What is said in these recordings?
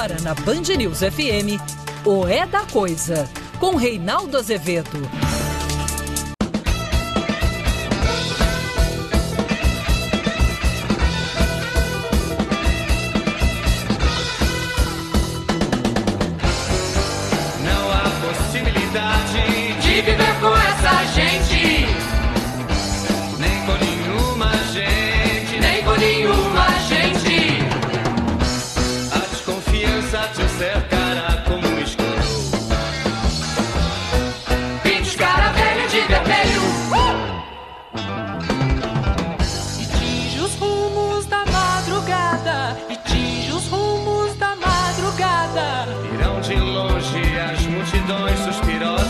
Agora na Band News FM, o É da Coisa, com Reinaldo Azevedo. Não há possibilidade de viver com essa gente, nem com nenhuma gente, nem com nenhuma gente. A desconfiança te cercará como um escudo. Pintos cara velha de vermelho E tinge os rumos da madrugada, e tinge os rumos da madrugada. irão de longe as multidões suspirosas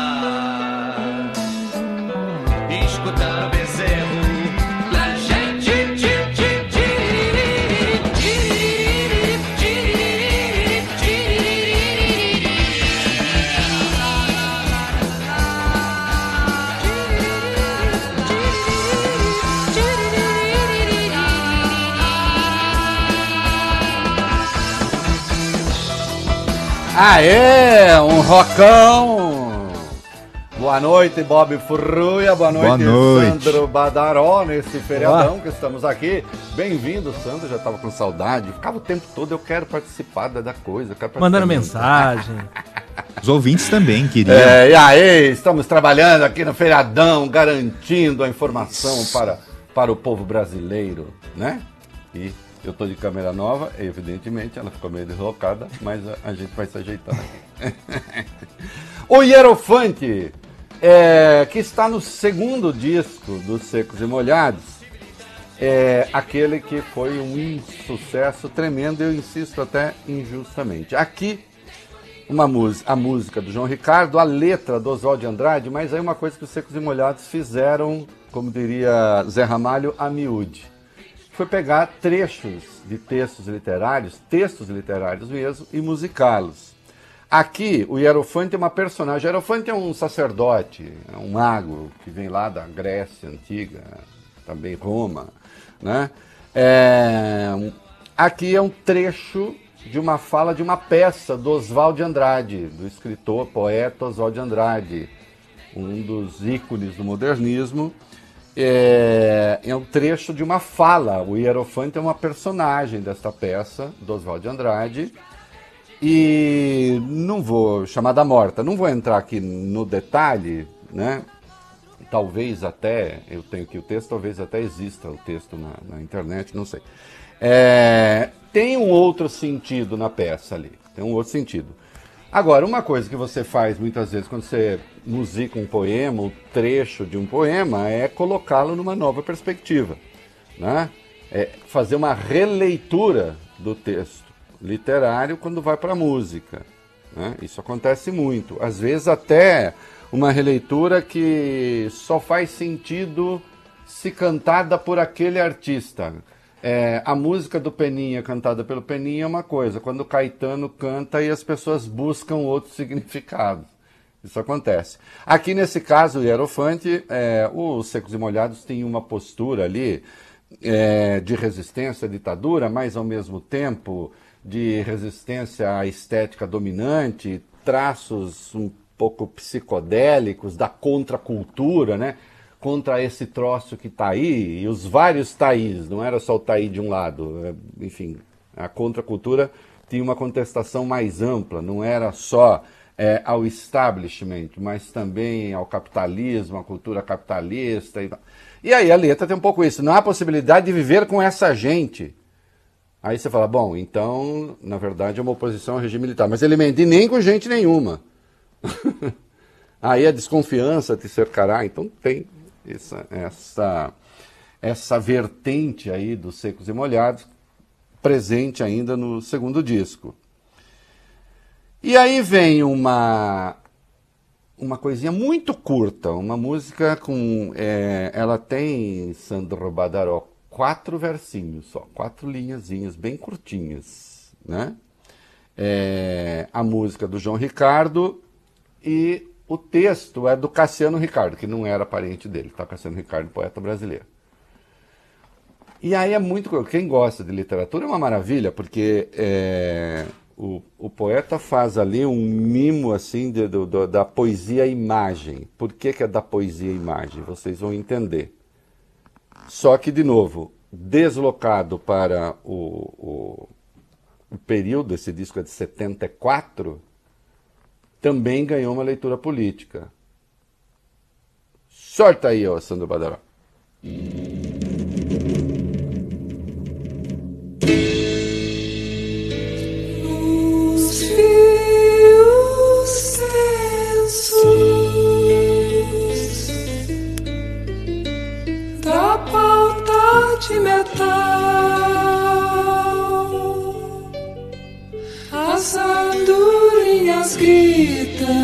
e escutar o bezerro da gente. Aê, um rocão! Boa noite, Bob Furruia, boa noite, Sandro Badaró, nesse feriadão que estamos aqui. Bem-vindo, Sandro, já estava com saudade, ficava o tempo todo, eu quero participar da coisa. Mandando mensagem. Os ouvintes também queriam. E aí, estamos trabalhando aqui no feriadão, garantindo a informação para o povo brasileiro, né? E eu tô de câmera nova, evidentemente, ela ficou meio deslocada, mas a gente vai se ajeitando aqui. O Hierofante, que está no segundo disco dos Secos e Molhados, aquele que foi um insucesso tremendo, eu insisto até injustamente. Aqui, a música do João Ricardo, a letra do Oswald de Andrade, mas aí uma coisa que os Secos e Molhados fizeram, como diria Zé Ramalho, a miúde. Foi pegar trechos de textos literários mesmo, e musicá-los. Aqui, o Hierofante é uma personagem. O Hierofante é um sacerdote, é um mago que vem lá da Grécia Antiga, também Roma, né? Aqui é um trecho de uma fala de uma peça do Oswald de Andrade, do escritor, poeta Oswald de Andrade, um dos ícones do modernismo. É um trecho de uma fala. O Hierofante é uma personagem desta peça do Oswald de Andrade. E não vou chamar da morta, não vou entrar aqui no detalhe, né? Talvez até, eu tenho aqui o texto, talvez até exista o texto na internet, não sei. Tem um outro sentido na peça ali, tem um outro sentido. Agora, uma coisa que você faz muitas vezes quando você musica um poema, um trecho de um poema, é colocá-lo numa nova perspectiva, né? É fazer uma releitura do texto literário quando vai para a música, né? Isso acontece muito. Às vezes até uma releitura que só faz sentido se cantada por aquele artista. A música do Peninha cantada pelo Peninha é uma coisa, quando o Caetano canta e as pessoas buscam outro significado. Isso acontece. Aqui nesse caso, o Hierofante, os Secos e Molhados têm uma postura ali de resistência à ditadura, mas ao mesmo tempo de resistência à estética dominante, traços um pouco psicodélicos da contracultura, né? Contra esse troço que está aí, e os vários taís, não era só o taí de um lado, enfim, a contracultura tinha uma contestação mais ampla, não era só ao establishment, mas também ao capitalismo, à cultura capitalista. E aí a letra tem um pouco isso, não há possibilidade de viver com essa gente. Aí você fala, bom, então, na verdade é uma oposição ao regime militar, mas ele mente, nem com gente nenhuma. Aí a desconfiança te cercará, então tem essa vertente aí dos Secos e Molhados presente ainda no segundo disco. E aí vem uma coisinha muito curta, uma música com... ela tem, Sandro Badaró, 4 versinhos só, 4 linhazinhas bem curtinhas, né? A música do João Ricardo e o texto é do Cassiano Ricardo, que não era parente dele, tá? Cassiano Ricardo, poeta brasileiro. E aí é muito... Quem gosta de literatura é uma maravilha, porque o poeta faz ali um mimo assim da poesia à imagem. Por que é da poesia à imagem? Vocês vão entender. Só que, de novo, deslocado para o período, esse disco é de 74, também ganhou uma leitura política. Sorta aí, ó, Sandro Badaró. Os fios tensos da pauta de metal, as andorinhas gritam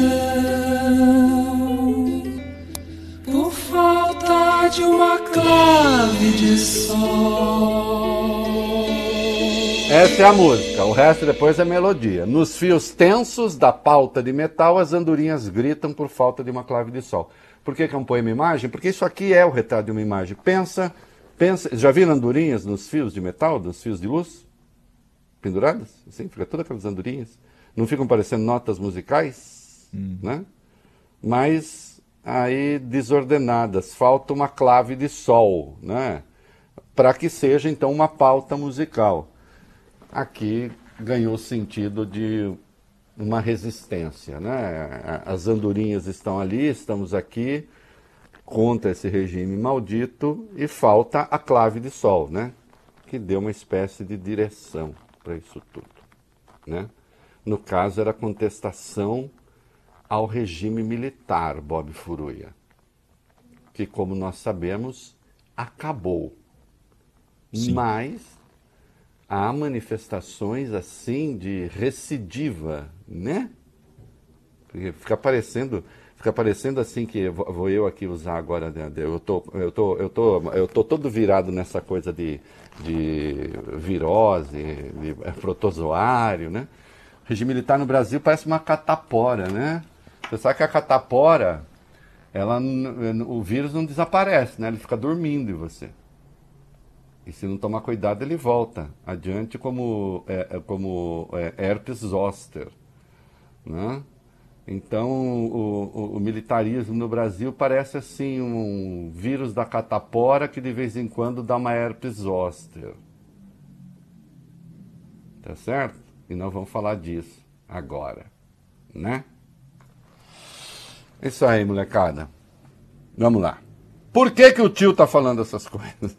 por falta de uma clave de sol. Essa é a música, o resto depois é melodia. Nos fios tensos da pauta de metal, as andorinhas gritam por falta de uma clave de sol. Por que é um poema-imagem? Porque isso aqui é o retrato de uma imagem. Pensa, já viram andorinhas nos fios de metal, nos fios de luz? Penduradas? Assim, fica todas aquelas andorinhas. Não ficam parecendo notas musicais, né? Mas aí desordenadas, falta uma clave de sol, né? Para que seja então uma pauta musical. Aqui ganhou o sentido de uma resistência, né? As andorinhas estão ali, estamos aqui contra esse regime maldito e falta a clave de sol, né? Que deu uma espécie de direção para isso tudo, né? No caso era a contestação ao regime militar, Bob Furuya, que, como nós sabemos, acabou. Sim. Mas há manifestações assim de recidiva, né? Porque fica parecendo assim que vou eu aqui usar agora, eu tô todo virado nessa coisa de virose, de protozoário, né? O regime militar no Brasil parece uma catapora, né? Você sabe que a catapora, o vírus não desaparece, né? Ele fica dormindo em você. E se não tomar cuidado, ele volta adiante como herpes zoster, né? Então, o militarismo no Brasil parece assim um vírus da catapora que de vez em quando dá uma herpes zoster. Tá certo? E nós vamos falar disso agora, né? Isso aí, molecada. Vamos lá. Por que o tio tá falando essas coisas?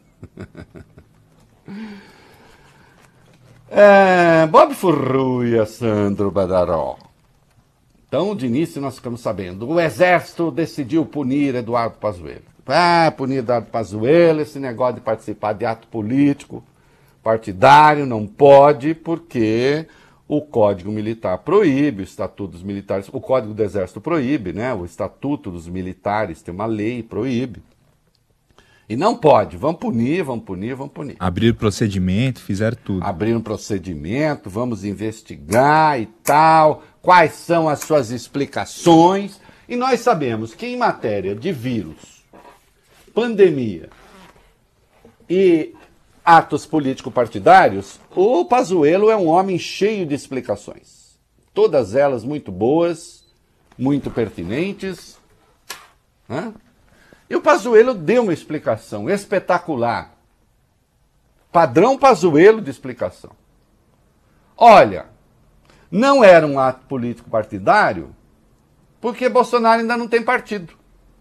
Bob Furuya, Sandro Badaró. Então, de início, nós ficamos sabendo. O Exército decidiu punir Eduardo Pazuello. Punir Eduardo Pazuello, esse negócio de participar de ato político, partidário, não pode, porque o Código Militar proíbe, o Estatuto dos Militares, o Código do Exército proíbe, né? O Estatuto dos Militares tem uma lei, proíbe. E não pode, vamos punir. Abrir procedimento, fizeram tudo. Abrir um procedimento, vamos investigar e tal, quais são as suas explicações. E nós sabemos que em matéria de vírus, pandemia e atos político-partidários, o Pazuello é um homem cheio de explicações. Todas elas muito boas, muito pertinentes, né? E o Pazuello deu uma explicação espetacular. Padrão Pazuello de explicação. Olha, não era um ato político partidário porque Bolsonaro ainda não tem partido.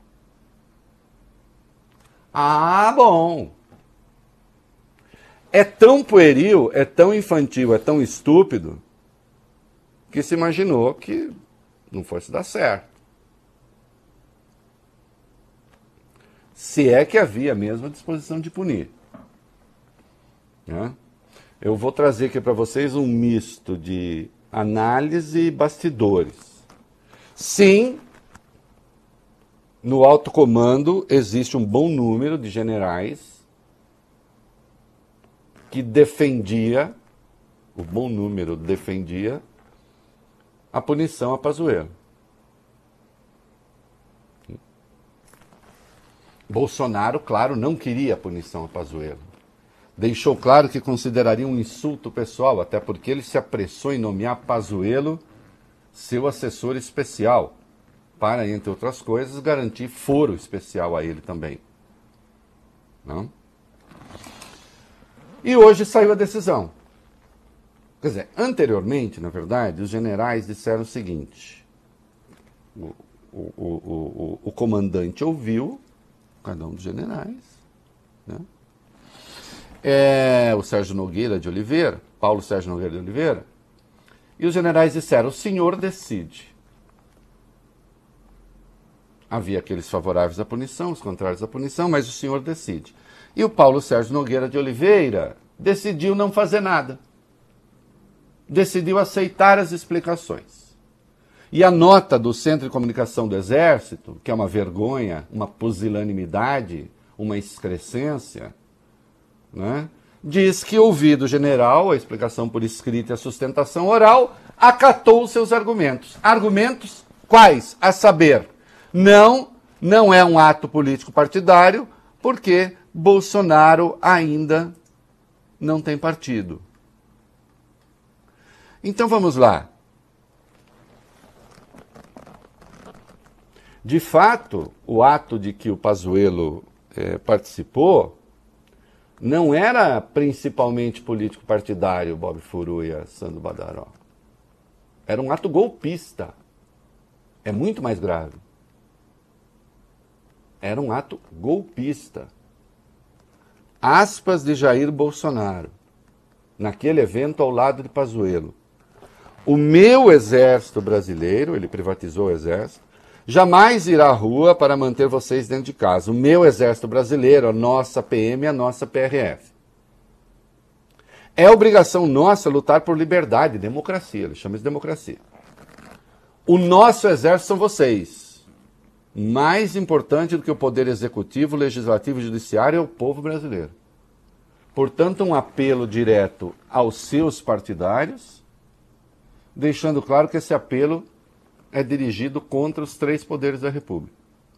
Ah, bom. É tão pueril, é tão infantil, é tão estúpido que se imaginou que não fosse dar certo. Se é que havia mesmo a disposição de punir. Né? Eu vou trazer aqui para vocês um misto de análise e bastidores. Sim, no alto comando existe um bom número de generais que defendia a punição a Pazuello. Bolsonaro, claro, não queria a punição a Pazuello. deixou claro que consideraria um insulto pessoal, até porque ele se apressou em nomear Pazuello seu assessor especial, para, entre outras coisas, garantir foro especial a ele também. Não? E hoje saiu a decisão. Quer dizer, anteriormente, na verdade, os generais disseram o seguinte: o comandante ouviu cada um dos generais, né? O Sérgio Nogueira de Oliveira, Paulo Sérgio Nogueira de Oliveira, e os generais disseram: o senhor decide. Havia aqueles favoráveis à punição, os contrários à punição, mas o senhor decide. E o Paulo Sérgio Nogueira de Oliveira decidiu não fazer nada. Decidiu aceitar as explicações. E a nota do Centro de Comunicação do Exército, que é uma vergonha, uma pusilanimidade, uma excrescência, né, diz que, ouvido o general, a explicação por escrito e a sustentação oral, acatou os seus argumentos. Argumentos quais? A saber, não é um ato político partidário, porque Bolsonaro ainda não tem partido. Então vamos lá. De fato, o ato de que o Pazuello participou não era principalmente político partidário, Bob Furuia, Sandro Badaró. Era um ato golpista. É muito mais grave. Era um ato golpista. Aspas de Jair Bolsonaro, naquele evento ao lado de Pazuello. O meu exército brasileiro, ele privatizou o exército, jamais irá à rua para manter vocês dentro de casa. O meu exército brasileiro, a nossa PM, a nossa PRF. É obrigação nossa lutar por liberdade, democracia, ele chama de democracia. O nosso exército são vocês. Mais importante do que o poder executivo, legislativo e judiciário é o povo brasileiro. Portanto, um apelo direto aos seus partidários, deixando claro que esse apelo é dirigido contra os três poderes da República.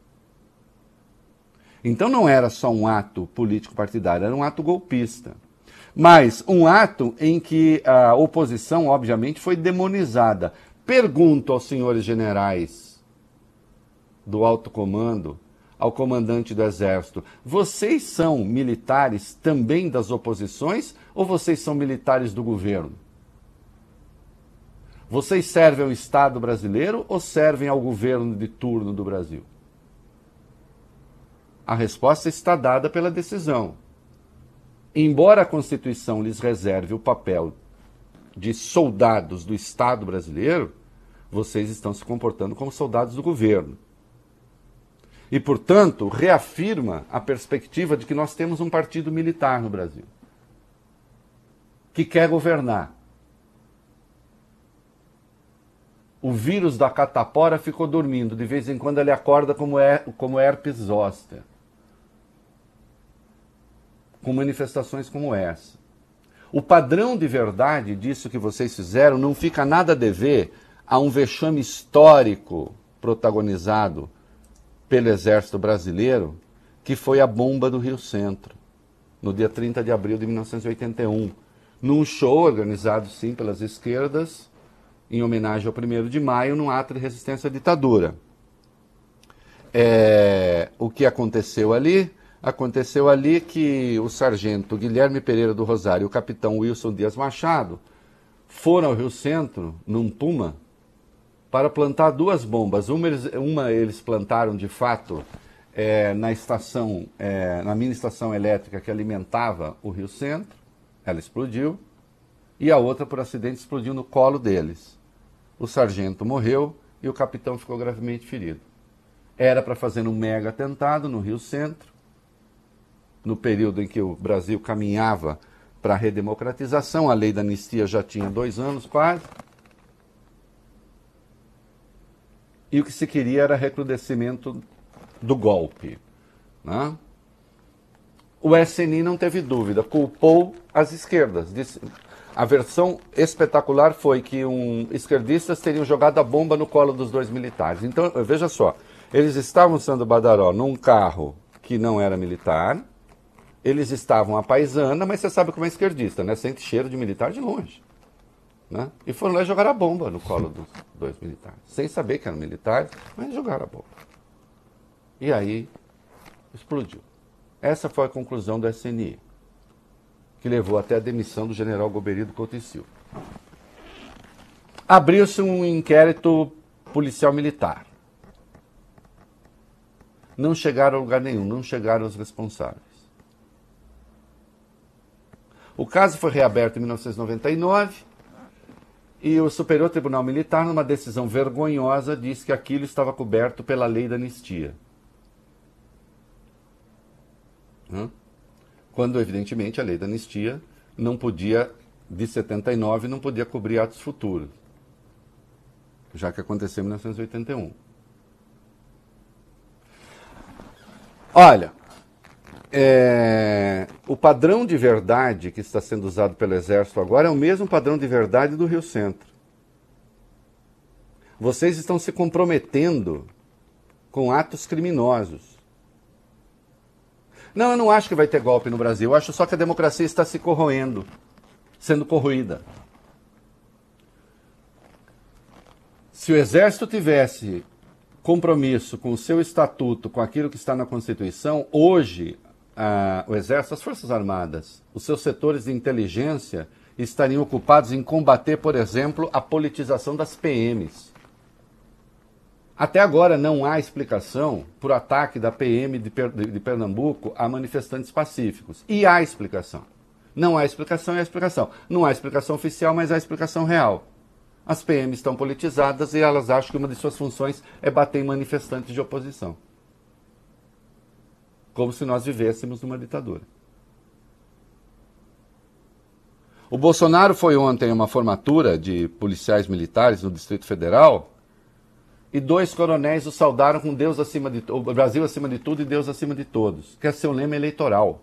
Então não era só um ato político partidário, era um ato golpista. Mas um ato em que a oposição, obviamente, foi demonizada. Pergunto aos senhores generais do alto comando, ao comandante do Exército: vocês são militares também das oposições ou vocês são militares do governo? Vocês servem ao Estado brasileiro ou servem ao governo de turno do Brasil? A resposta está dada pela decisão. Embora a Constituição lhes reserve o papel de soldados do Estado brasileiro, vocês estão se comportando como soldados do governo. E, portanto, reafirma a perspectiva de que nós temos um partido militar no Brasil, que quer governar. O vírus da catapora ficou dormindo, de vez em quando ele acorda como herpes zoster, com manifestações como essa. O padrão de verdade disso que vocês fizeram não fica nada a dever a um vexame histórico protagonizado pelo Exército Brasileiro, que foi a bomba do Rio Centro, no dia 30 de abril de 1981, num show organizado, sim, pelas esquerdas, em homenagem ao 1º de maio, num ato de resistência à ditadura. O que aconteceu ali? Aconteceu ali que o sargento Guilherme Pereira do Rosário e o capitão Wilson Dias Machado foram ao Rio Centro, num Puma, para plantar duas bombas. Uma eles plantaram, de fato, na mini estação elétrica que alimentava o Rio Centro, ela explodiu, e a outra, por acidente, explodiu no colo deles. O sargento morreu e o capitão ficou gravemente ferido. Era para fazer um mega atentado no Rio Centro, no período em que o Brasil caminhava para a redemocratização, a lei da anistia já tinha 2 anos quase, e o que se queria era recrudescimento do golpe, né? O SNI não teve dúvida, culpou as esquerdas. A versão espetacular foi que esquerdistas teriam jogado a bomba no colo dos 2 militares. Então, veja só, eles estavam, Sandro Badaró, num carro que não era militar, Eles estavam à paisana, mas você sabe como é esquerdista, né? Sente cheiro de militar de longe. Né? E foram lá jogar a bomba no colo dos 2 militares. Sem saber que eram militares, mas jogaram a bomba. E aí, explodiu. Essa foi a conclusão do SNI, que levou até a demissão do general Goberido Couto e Silva. Abriu-se um inquérito policial militar. Não chegaram a lugar nenhum, não chegaram os responsáveis. O caso foi reaberto em 1999 e o Superior Tribunal Militar, numa decisão vergonhosa, disse que aquilo estava coberto pela lei da anistia. Quando, evidentemente, a lei da anistia não podia, de 79, não podia cobrir atos futuros, já que aconteceu em 1981. Olha, o padrão de verdade que está sendo usado pelo Exército agora é o mesmo padrão de verdade do Rio Centro. Vocês estão se comprometendo com atos criminosos. Não, eu não acho que vai ter golpe no Brasil. Eu acho só que a democracia está se corroendo, sendo corroída. Se o Exército tivesse compromisso com o seu estatuto, com aquilo que está na Constituição, hoje o Exército, as Forças Armadas, os seus setores de inteligência estariam ocupados em combater, por exemplo, a politização das PMs. Até agora não há explicação para o ataque da PM de Pernambuco a manifestantes pacíficos. E há explicação. Não há explicação e há explicação. Não há explicação oficial, mas há explicação real. As PMs estão politizadas e elas acham que uma de suas funções é bater em manifestantes de oposição. Como se nós vivêssemos numa ditadura. O Bolsonaro foi ontem a uma formatura de policiais militares no Distrito Federal e 2 coronéis o saudaram com Deus acima de o Brasil acima de tudo e Deus acima de todos, que é seu lema eleitoral.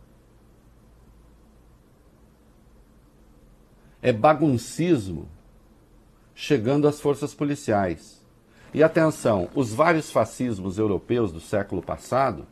É baguncismo chegando às forças policiais. E atenção, os vários fascismos europeus do século passado,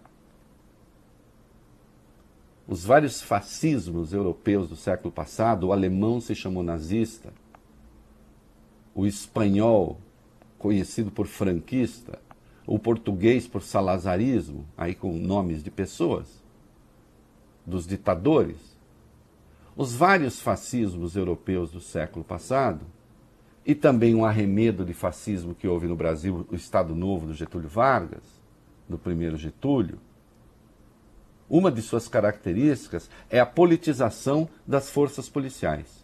o alemão se chamou nazista, o espanhol conhecido por franquista, o português por salazarismo, aí com nomes de pessoas, dos ditadores. Os vários fascismos europeus do século passado, e também um arremedo de fascismo que houve no Brasil, o Estado Novo do Getúlio Vargas, do primeiro Getúlio, uma de suas características é a politização das forças policiais.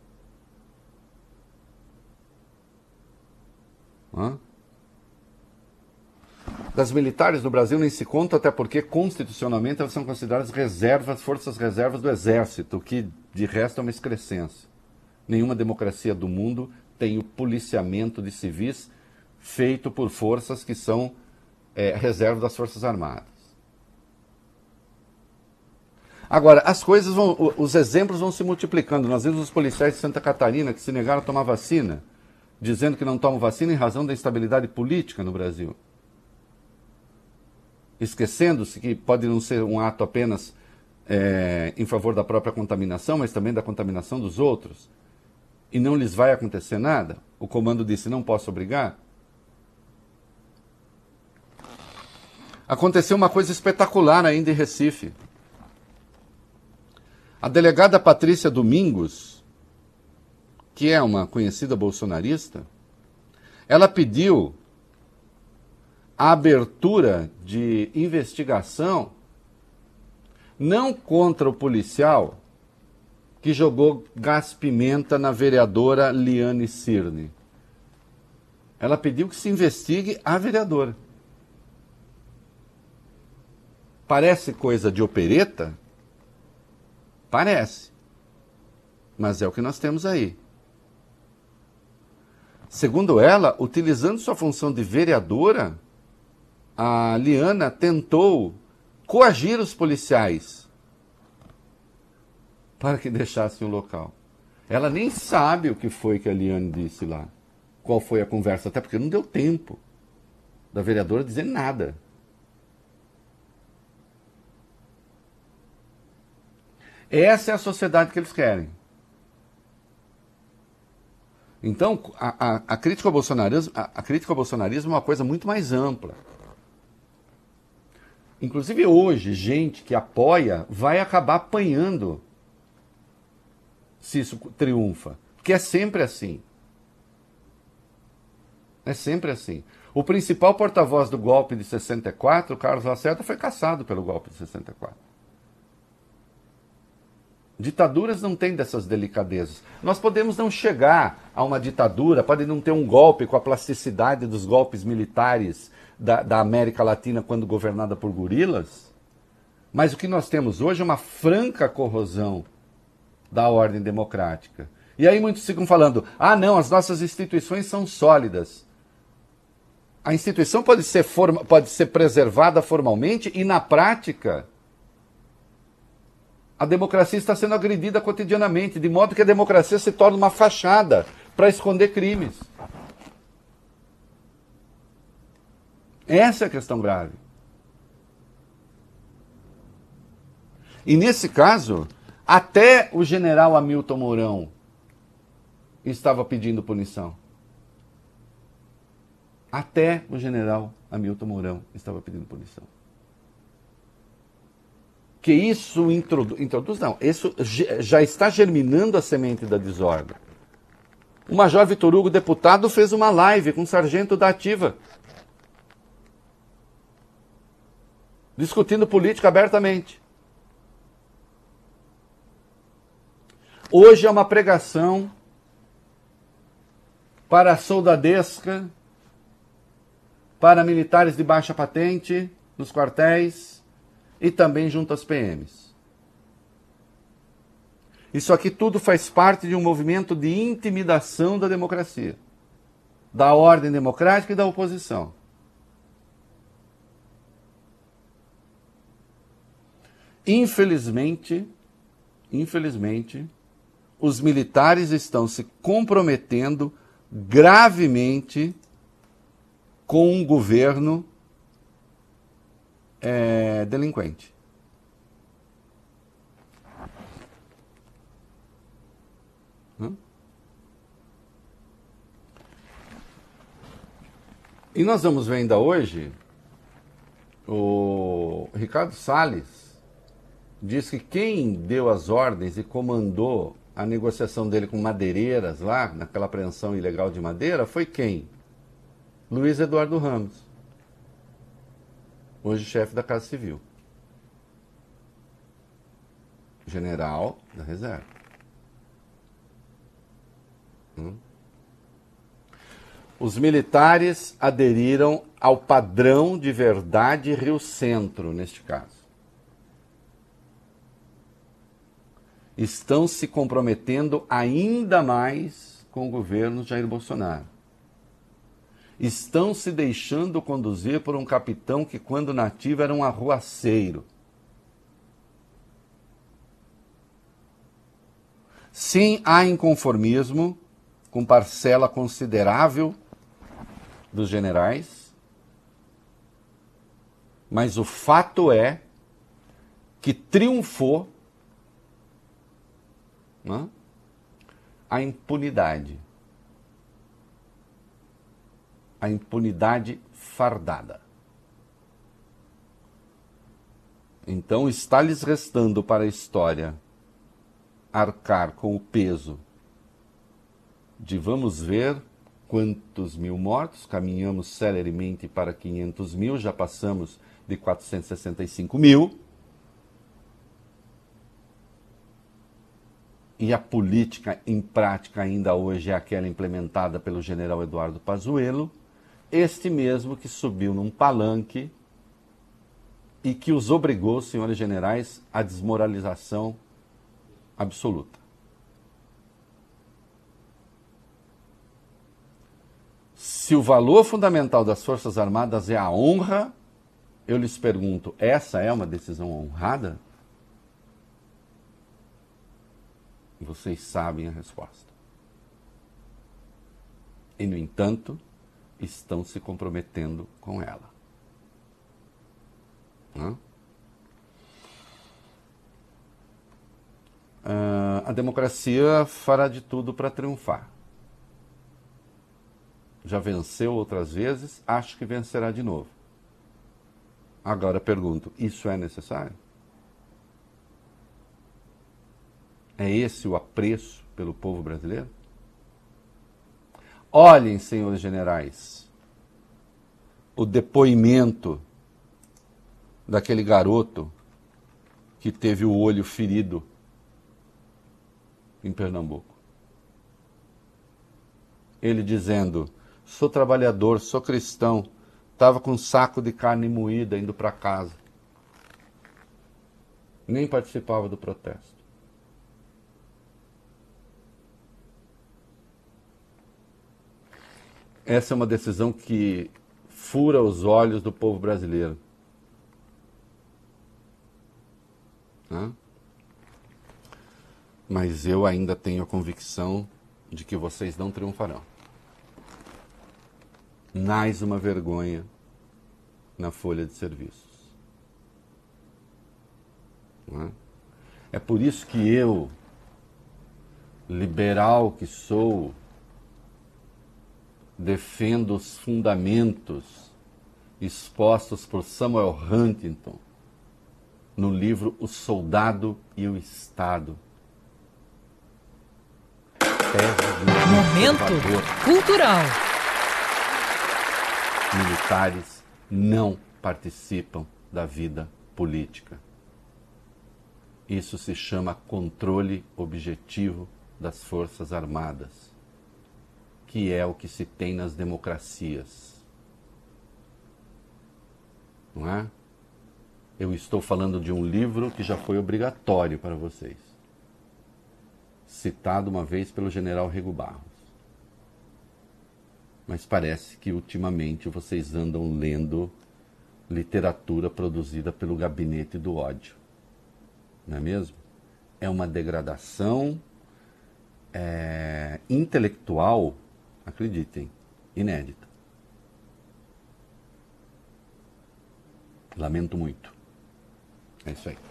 Das militares do Brasil nem se conta, até porque constitucionalmente elas são consideradas reservas, forças reservas do Exército, que de resto é uma excrescência. Nenhuma democracia do mundo tem o policiamento de civis feito por forças que são reserva das Forças Armadas. Agora, os exemplos vão se multiplicando. Nós vimos os policiais de Santa Catarina que se negaram a tomar vacina, dizendo que não tomam vacina em razão da instabilidade política no Brasil. Esquecendo-se que pode não ser um ato apenas em favor da própria contaminação, mas também da contaminação dos outros. E não lhes vai acontecer nada. O comando disse, não posso obrigar. Aconteceu uma coisa espetacular ainda em Recife. A delegada Patrícia Domingos, que é uma conhecida bolsonarista, ela pediu a abertura de investigação não contra o policial que jogou gás-pimenta na vereadora Liane Cirne. Ela pediu que se investigue a vereadora. Parece coisa de opereta? Parece. Mas é o que nós temos aí. Segundo ela, utilizando sua função de vereadora, a Liana tentou coagir os policiais para que deixassem o local. Ela nem sabe o que foi que a Liane disse lá. Qual foi a conversa, até porque não deu tempo da vereadora dizer nada. Essa é a sociedade que eles querem. Então, a crítica ao bolsonarismo é uma coisa muito mais ampla. Inclusive hoje, gente que apoia vai acabar apanhando se isso triunfa. Porque é sempre assim. É sempre assim. O principal porta-voz do golpe de 64, Carlos Lacerda, foi caçado pelo golpe de 64. Ditaduras não têm dessas delicadezas. Nós podemos não chegar a uma ditadura, pode não ter um golpe com a plasticidade dos golpes militares da América Latina quando governada por gorilas, mas o que nós temos hoje é uma franca corrosão da ordem democrática. E aí muitos ficam falando, não, as nossas instituições são sólidas. A instituição pode ser preservada formalmente e, na prática, a democracia está sendo agredida cotidianamente, de modo que a democracia se torna uma fachada para esconder crimes. Essa é a questão grave. E nesse caso, até o general Hamilton Mourão estava pedindo punição. Até o general Hamilton Mourão estava pedindo punição. Que isso introduz, não, isso já está germinando a semente da desordem. O Major Vitor Hugo, deputado, fez uma live com o sargento da ativa, discutindo política abertamente. Hoje é uma pregação para a soldadesca, para militares de baixa patente, nos quartéis e também junto às PMs. Isso aqui tudo faz parte de um movimento de intimidação da democracia, da ordem democrática e da oposição. Infelizmente, os militares estão se comprometendo gravemente com um governo delinquente. E nós vamos ver ainda hoje, o Ricardo Salles diz que quem deu as ordens e comandou a negociação dele com madeireiras lá, naquela apreensão ilegal de madeira, foi quem? Luiz Eduardo Ramos, hoje chefe da Casa Civil, general da reserva. Os militares aderiram ao padrão de verdade Rio Centro, neste caso. Estão se comprometendo ainda mais com o governo Jair Bolsonaro. Estão se deixando conduzir por um capitão que, quando nativo, era um arruaceiro. Sim, há inconformismo com parcela considerável dos generais, mas o fato é que triunfou a impunidade. A impunidade fardada. Então está lhes restando para a história arcar com o peso de vamos ver quantos mil mortos, caminhamos celeremente para 500 mil, já passamos de 465 mil. E a política em prática ainda hoje é aquela implementada pelo general Eduardo Pazuello, este mesmo que subiu num palanque e que os obrigou, senhores generais, à desmoralização absoluta. Se o valor fundamental das Forças Armadas é a honra, eu lhes pergunto, essa é uma decisão honrada? Vocês sabem a resposta. E, no entanto, estão se comprometendo com ela. a democracia fará de tudo para triunfar. Já venceu outras vezes, acho que vencerá de novo. Agora pergunto, isso é necessário? É esse o apreço pelo povo brasileiro? Olhem, senhores generais, o depoimento daquele garoto que teve o olho ferido em Pernambuco. Ele dizendo, sou trabalhador, sou cristão, estava com um saco de carne moída indo para casa. Nem participava do protesto. Essa é uma decisão que fura os olhos do povo brasileiro. Mas eu ainda tenho a convicção de que vocês não triunfarão. Mais uma vergonha na folha de serviços. É por isso que eu, liberal que sou, defendo os fundamentos expostos por Samuel Huntington no livro O Soldado e o Estado. Momento cultural. Militares não participam da vida política. Isso se chama controle objetivo das Forças Armadas, que é o que se tem nas democracias. Não é? Eu estou falando de um livro que já foi obrigatório para vocês, citado uma vez pelo general Rego Barros. Mas parece que ultimamente vocês andam lendo literatura produzida pelo gabinete do ódio. Não é mesmo? É uma degradação intelectual, acreditem, inédita. Lamento muito. É isso aí.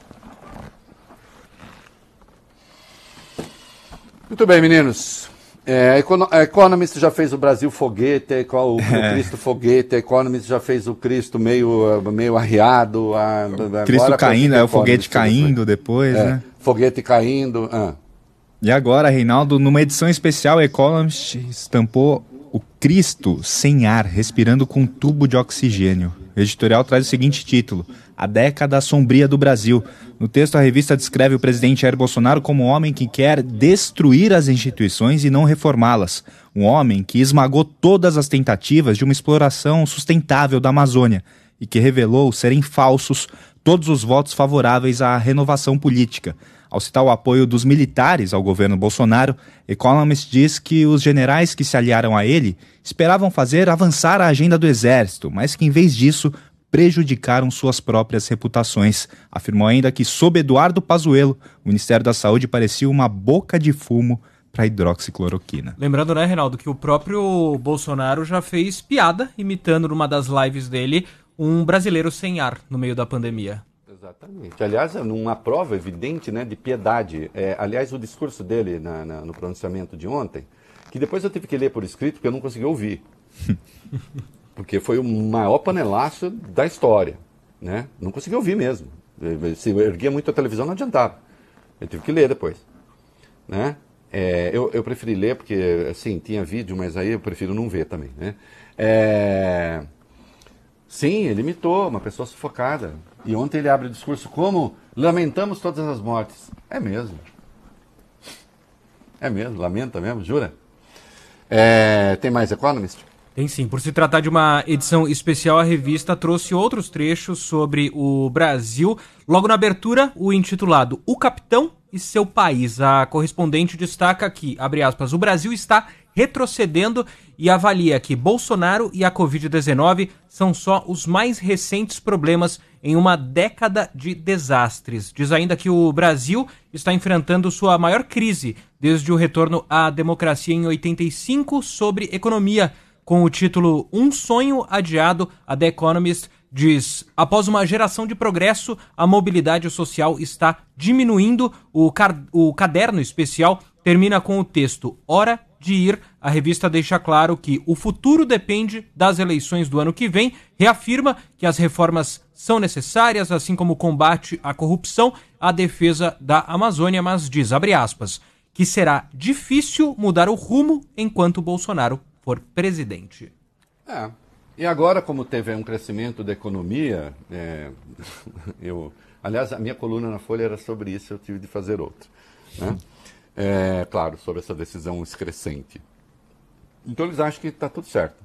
Muito bem, meninos. A Economist já fez o Brasil foguete, o Cristo foguete, a Economist já fez o Cristo meio arriado. Cristo caindo, o foguete caindo depois, né? Foguete caindo. E agora, Reinaldo, numa edição especial, a Economist estampou o Cristo sem ar, respirando com um tubo de oxigênio. O editorial traz o seguinte título: A década sombria do Brasil. No texto, a revista descreve o presidente Jair Bolsonaro como um homem que quer destruir as instituições e não reformá-las. Um homem que esmagou todas as tentativas de uma exploração sustentável da Amazônia e que revelou serem falsos todos os votos favoráveis à renovação política. Ao citar o apoio dos militares ao governo Bolsonaro, Economist diz que os generais que se aliaram a ele esperavam fazer avançar a agenda do exército, mas que em vez disso prejudicaram suas próprias reputações. Afirmou ainda que, sob Eduardo Pazuello, o Ministério da Saúde parecia uma boca de fumo para a hidroxicloroquina. Lembrando, né, Reinaldo, que o próprio Bolsonaro já fez piada imitando numa das lives dele um brasileiro sem ar no meio da pandemia. Exatamente. Aliás, numa prova evidente, né, de piedade. Aliás, o discurso dele no pronunciamento de ontem, que depois eu tive que ler por escrito porque eu não consegui ouvir. Porque foi o maior panelaço da história, né? Não consegui ouvir mesmo. Se eu erguia muito a televisão, não adiantava. Eu tive que ler depois, né? Eu preferi ler porque, assim, tinha vídeo, mas aí eu prefiro não ver também, né? Sim, ele imitou uma pessoa sufocada. E ontem ele abre o discurso como lamentamos todas as mortes. É mesmo. É mesmo, lamenta mesmo, jura? Tem mais Economist? Tem sim. Por se tratar de uma edição especial, a revista trouxe outros trechos sobre o Brasil. Logo na abertura, o intitulado O Capitão e Seu País. A correspondente destaca que, abre aspas, o Brasil está retrocedendo e avalia que Bolsonaro e a Covid-19 são só os mais recentes problemas em uma década de desastres. Diz ainda que o Brasil está enfrentando sua maior crise desde o retorno à democracia em 85 sobre economia. com o título Um Sonho Adiado. A The Economist diz: após uma geração de progresso, a mobilidade social está diminuindo. O caderno especial termina com o texto Hora de Ir. A revista deixa claro que o futuro depende das eleições do ano que vem, reafirma que as reformas são necessárias, assim como o combate à corrupção, a defesa da Amazônia, mas diz, abre aspas, que será difícil mudar o rumo enquanto Bolsonaro for presidente. E agora, como teve um crescimento da economia, aliás, a minha coluna na Folha era sobre isso, eu tive de fazer outra, né? Claro, sobre essa decisão excrescente. Então eles acham que está tudo certo.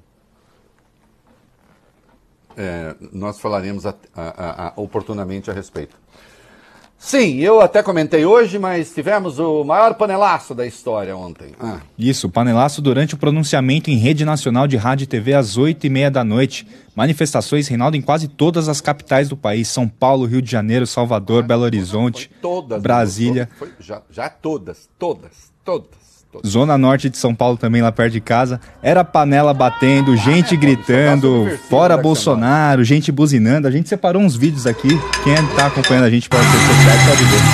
Nós falaremos oportunamente a respeito. Sim, eu até comentei hoje, mas tivemos o maior panelaço da história ontem. Isso, panelaço durante o pronunciamento em rede nacional de rádio e TV às 8h30 da noite. Manifestações, Reinaldo, em quase todas as capitais do país. São Paulo, Rio de Janeiro, Salvador, Belo Horizonte, Brasília. Já todas. Zona Norte de São Paulo também, lá perto de casa. Era panela batendo, gente gritando, fora Bolsonaro, gente buzinando. A gente separou uns vídeos aqui. Quem está acompanhando a gente pelas redes sociais pode ver.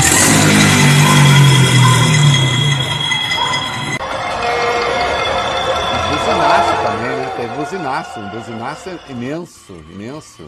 Buzinaço também, né? Teve buzinaço, um buzinaço imenso.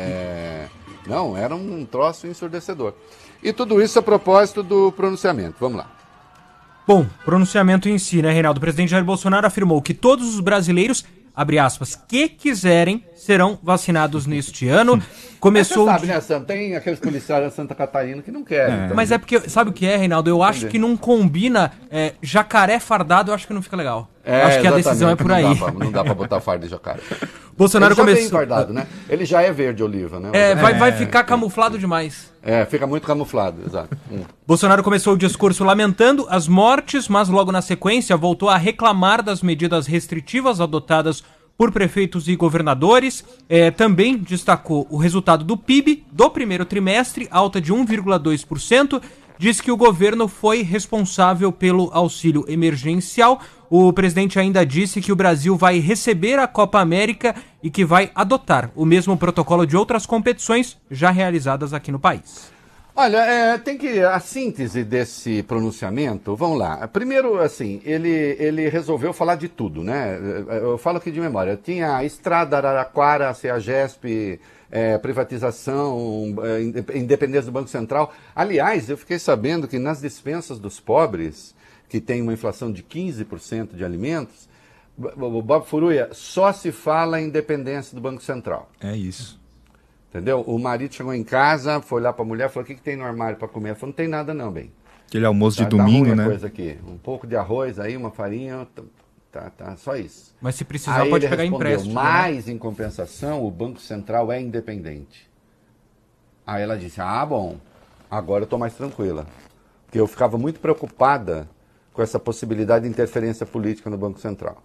Não, era um troço ensurdecedor. E tudo isso a propósito do pronunciamento. Vamos lá. Bom, pronunciamento em si, né, Reinaldo? O presidente Jair Bolsonaro afirmou que todos os brasileiros, abre aspas, que quiserem, serão vacinados neste ano. Começou... Mas você sabe, né, Sam? Tem aqueles policiais da Santa Catarina que não querem. Então... Mas é porque, sabe o que é, Reinaldo? Eu acho que não combina jacaré fardado, eu acho que não fica legal. Acho que a decisão é por aí. Não dá pra botar fardo de jacaré. Bolsonaro ele já começou... vem fardado, né? Ele já é verde oliva, né? Vai ficar camuflado demais. Fica muito camuflado, exato. Bolsonaro começou o discurso lamentando as mortes, mas logo na sequência voltou a reclamar das medidas restritivas adotadas por prefeitos e governadores. Também destacou o resultado do PIB do primeiro trimestre, alta de 1,2%. Diz que o governo foi responsável pelo auxílio emergencial. O presidente ainda disse que o Brasil vai receber a Copa América e que vai adotar o mesmo protocolo de outras competições já realizadas aqui no país. Olha, a síntese desse pronunciamento, vamos lá. Primeiro, assim, ele resolveu falar de tudo, né? Eu falo aqui de memória. Tinha a Estrada Araraquara, a CEAGESP, privatização, independência do Banco Central. Aliás, eu fiquei sabendo que nas dispensas dos pobres, que tem uma inflação de 15% de alimentos, o Bob Furuia, só se fala em independência do Banco Central. É isso. Entendeu? O marido chegou em casa, foi lá para a mulher, falou, o que tem no armário para comer? Ela falou, não tem nada não, bem. Aquele almoço de domingo, ruim né? Coisa aqui. Um pouco de arroz aí, uma farinha, tá, só isso. Mas se precisar aí pode ele pegar empréstimo. Mas, em compensação, o Banco Central é independente. Aí ela disse, bom, agora eu estou mais tranquila. Porque eu ficava muito preocupada com essa possibilidade de interferência política no Banco Central.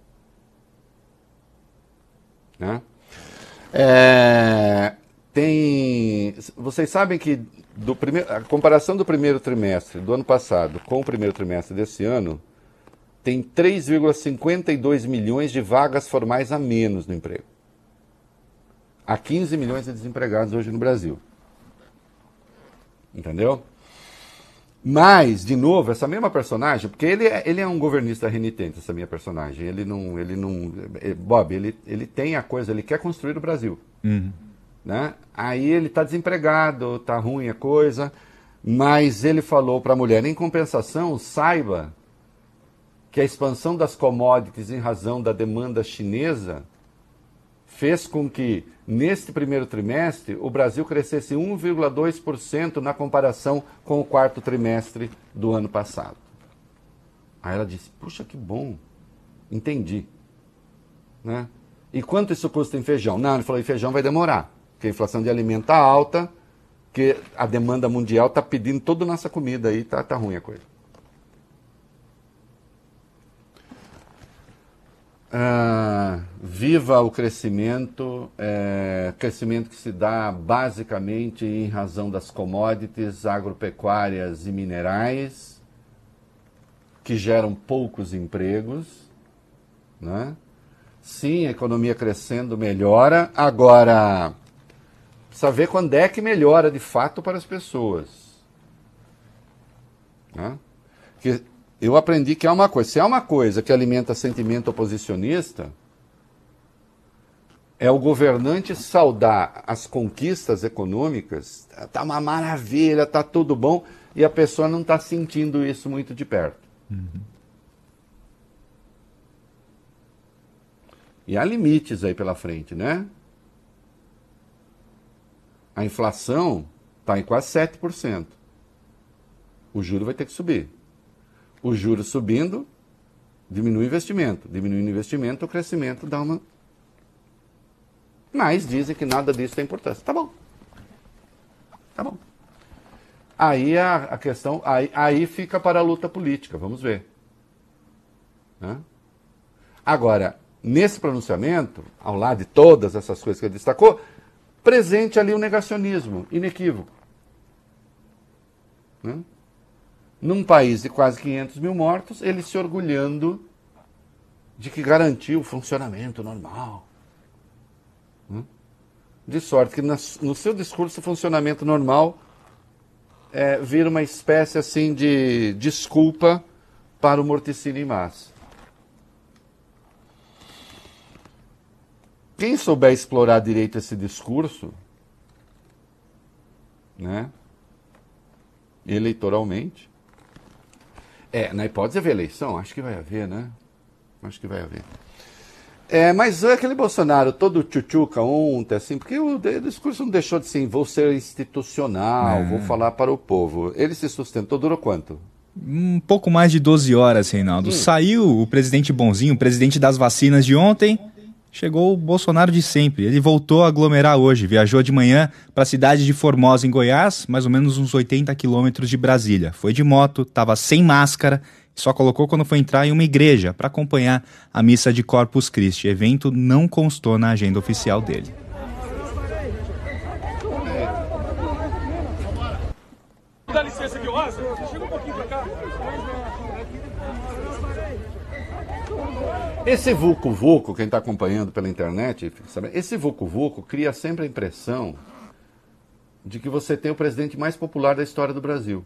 Né? Vocês sabem que a comparação do primeiro trimestre do ano passado com o primeiro trimestre desse ano tem 3,52 milhões de vagas formais a menos no emprego. Há 15 milhões de desempregados hoje no Brasil. Entendeu? Mas, de novo, essa mesma personagem, porque ele é um governista renitente, essa minha personagem. Bob, ele tem a coisa, ele quer construir o Brasil. Uhum. Né? Aí ele está desempregado, está ruim a coisa, mas ele falou para a mulher, em compensação, saiba que a expansão das commodities em razão da demanda chinesa fez com que, neste primeiro trimestre, o Brasil crescesse 1,2% na comparação com o quarto trimestre do ano passado. Aí ela disse, puxa, que bom, entendi. Né? E quanto isso custa em feijão? Não, ele falou, em feijão vai demorar, porque a inflação de alimento está alta, porque a demanda mundial está pedindo toda a nossa comida aí, tá ruim a coisa. Viva o crescimento, crescimento que se dá basicamente em razão das commodities agropecuárias e minerais, que geram poucos empregos, né? Sim, a economia crescendo melhora. Agora, precisa ver quando é que melhora de fato para as pessoas. Né? Que eu aprendi que é uma coisa. Se é uma coisa que alimenta sentimento oposicionista, é o governante saudar as conquistas econômicas, tá uma maravilha, tá tudo bom, e a pessoa não está sentindo isso muito de perto. E há limites aí pela frente, né? A inflação está em quase 7%. O juro vai ter que subir. O juro subindo, diminui o investimento. Diminuindo o investimento, o crescimento dá uma... Mas dizem que nada disso tem importância. Tá bom. Tá bom. Aí a questão... Aí fica para a luta política. Vamos ver. Né? Agora... Nesse pronunciamento, ao lado de todas essas coisas que ele destacou, presente ali o negacionismo inequívoco. Né? Num país de quase 500 mil mortos, ele se orgulhando de que garantiu o funcionamento normal. Né? De sorte que no seu discurso o funcionamento normal vira uma espécie assim de desculpa para o morticínio em massa. Quem souber explorar direito esse discurso, né, eleitoralmente, na hipótese de haver eleição, acho que vai haver, né? Acho que vai haver. Mas aquele Bolsonaro todo tchutchuca ontem, assim, porque o discurso não deixou de ser, vou ser institucional, vou falar para o povo. Ele se sustentou, durou quanto? Um pouco mais de 12 horas, Reinaldo. Saiu o presidente bonzinho, o presidente das vacinas de ontem... Chegou o Bolsonaro de sempre. Ele voltou a aglomerar hoje. Viajou de manhã para a cidade de Formosa, em Goiás, mais ou menos uns 80 quilômetros de Brasília. Foi de moto, estava sem máscara, só colocou quando foi entrar em uma igreja para acompanhar a missa de Corpus Christi. O evento não constou na agenda oficial dele. Dá licença aqui, Rosa. Chega um pouquinho para cá. Esse vucu-vucu, quem está acompanhando pela internet, fica sabendo, esse vucu-vucu cria sempre a impressão de que você tem o presidente mais popular da história do Brasil.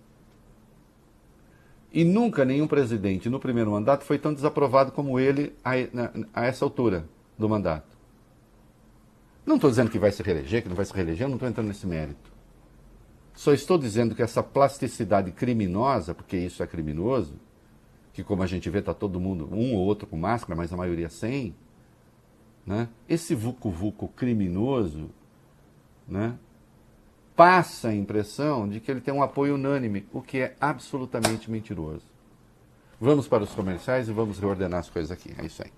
E nunca nenhum presidente no primeiro mandato foi tão desaprovado como ele a essa altura do mandato. Não estou dizendo que vai se reeleger, que não vai se reeleger, eu não estou entrando nesse mérito. Só estou dizendo que essa plasticidade criminosa, porque isso é criminoso, que como a gente vê está todo mundo, um ou outro com máscara, mas a maioria sem, né? Esse vucu-vucu criminoso, né, passa a impressão de que ele tem um apoio unânime, o que é absolutamente mentiroso. Vamos para os comerciais e vamos reordenar as coisas aqui, é isso aí.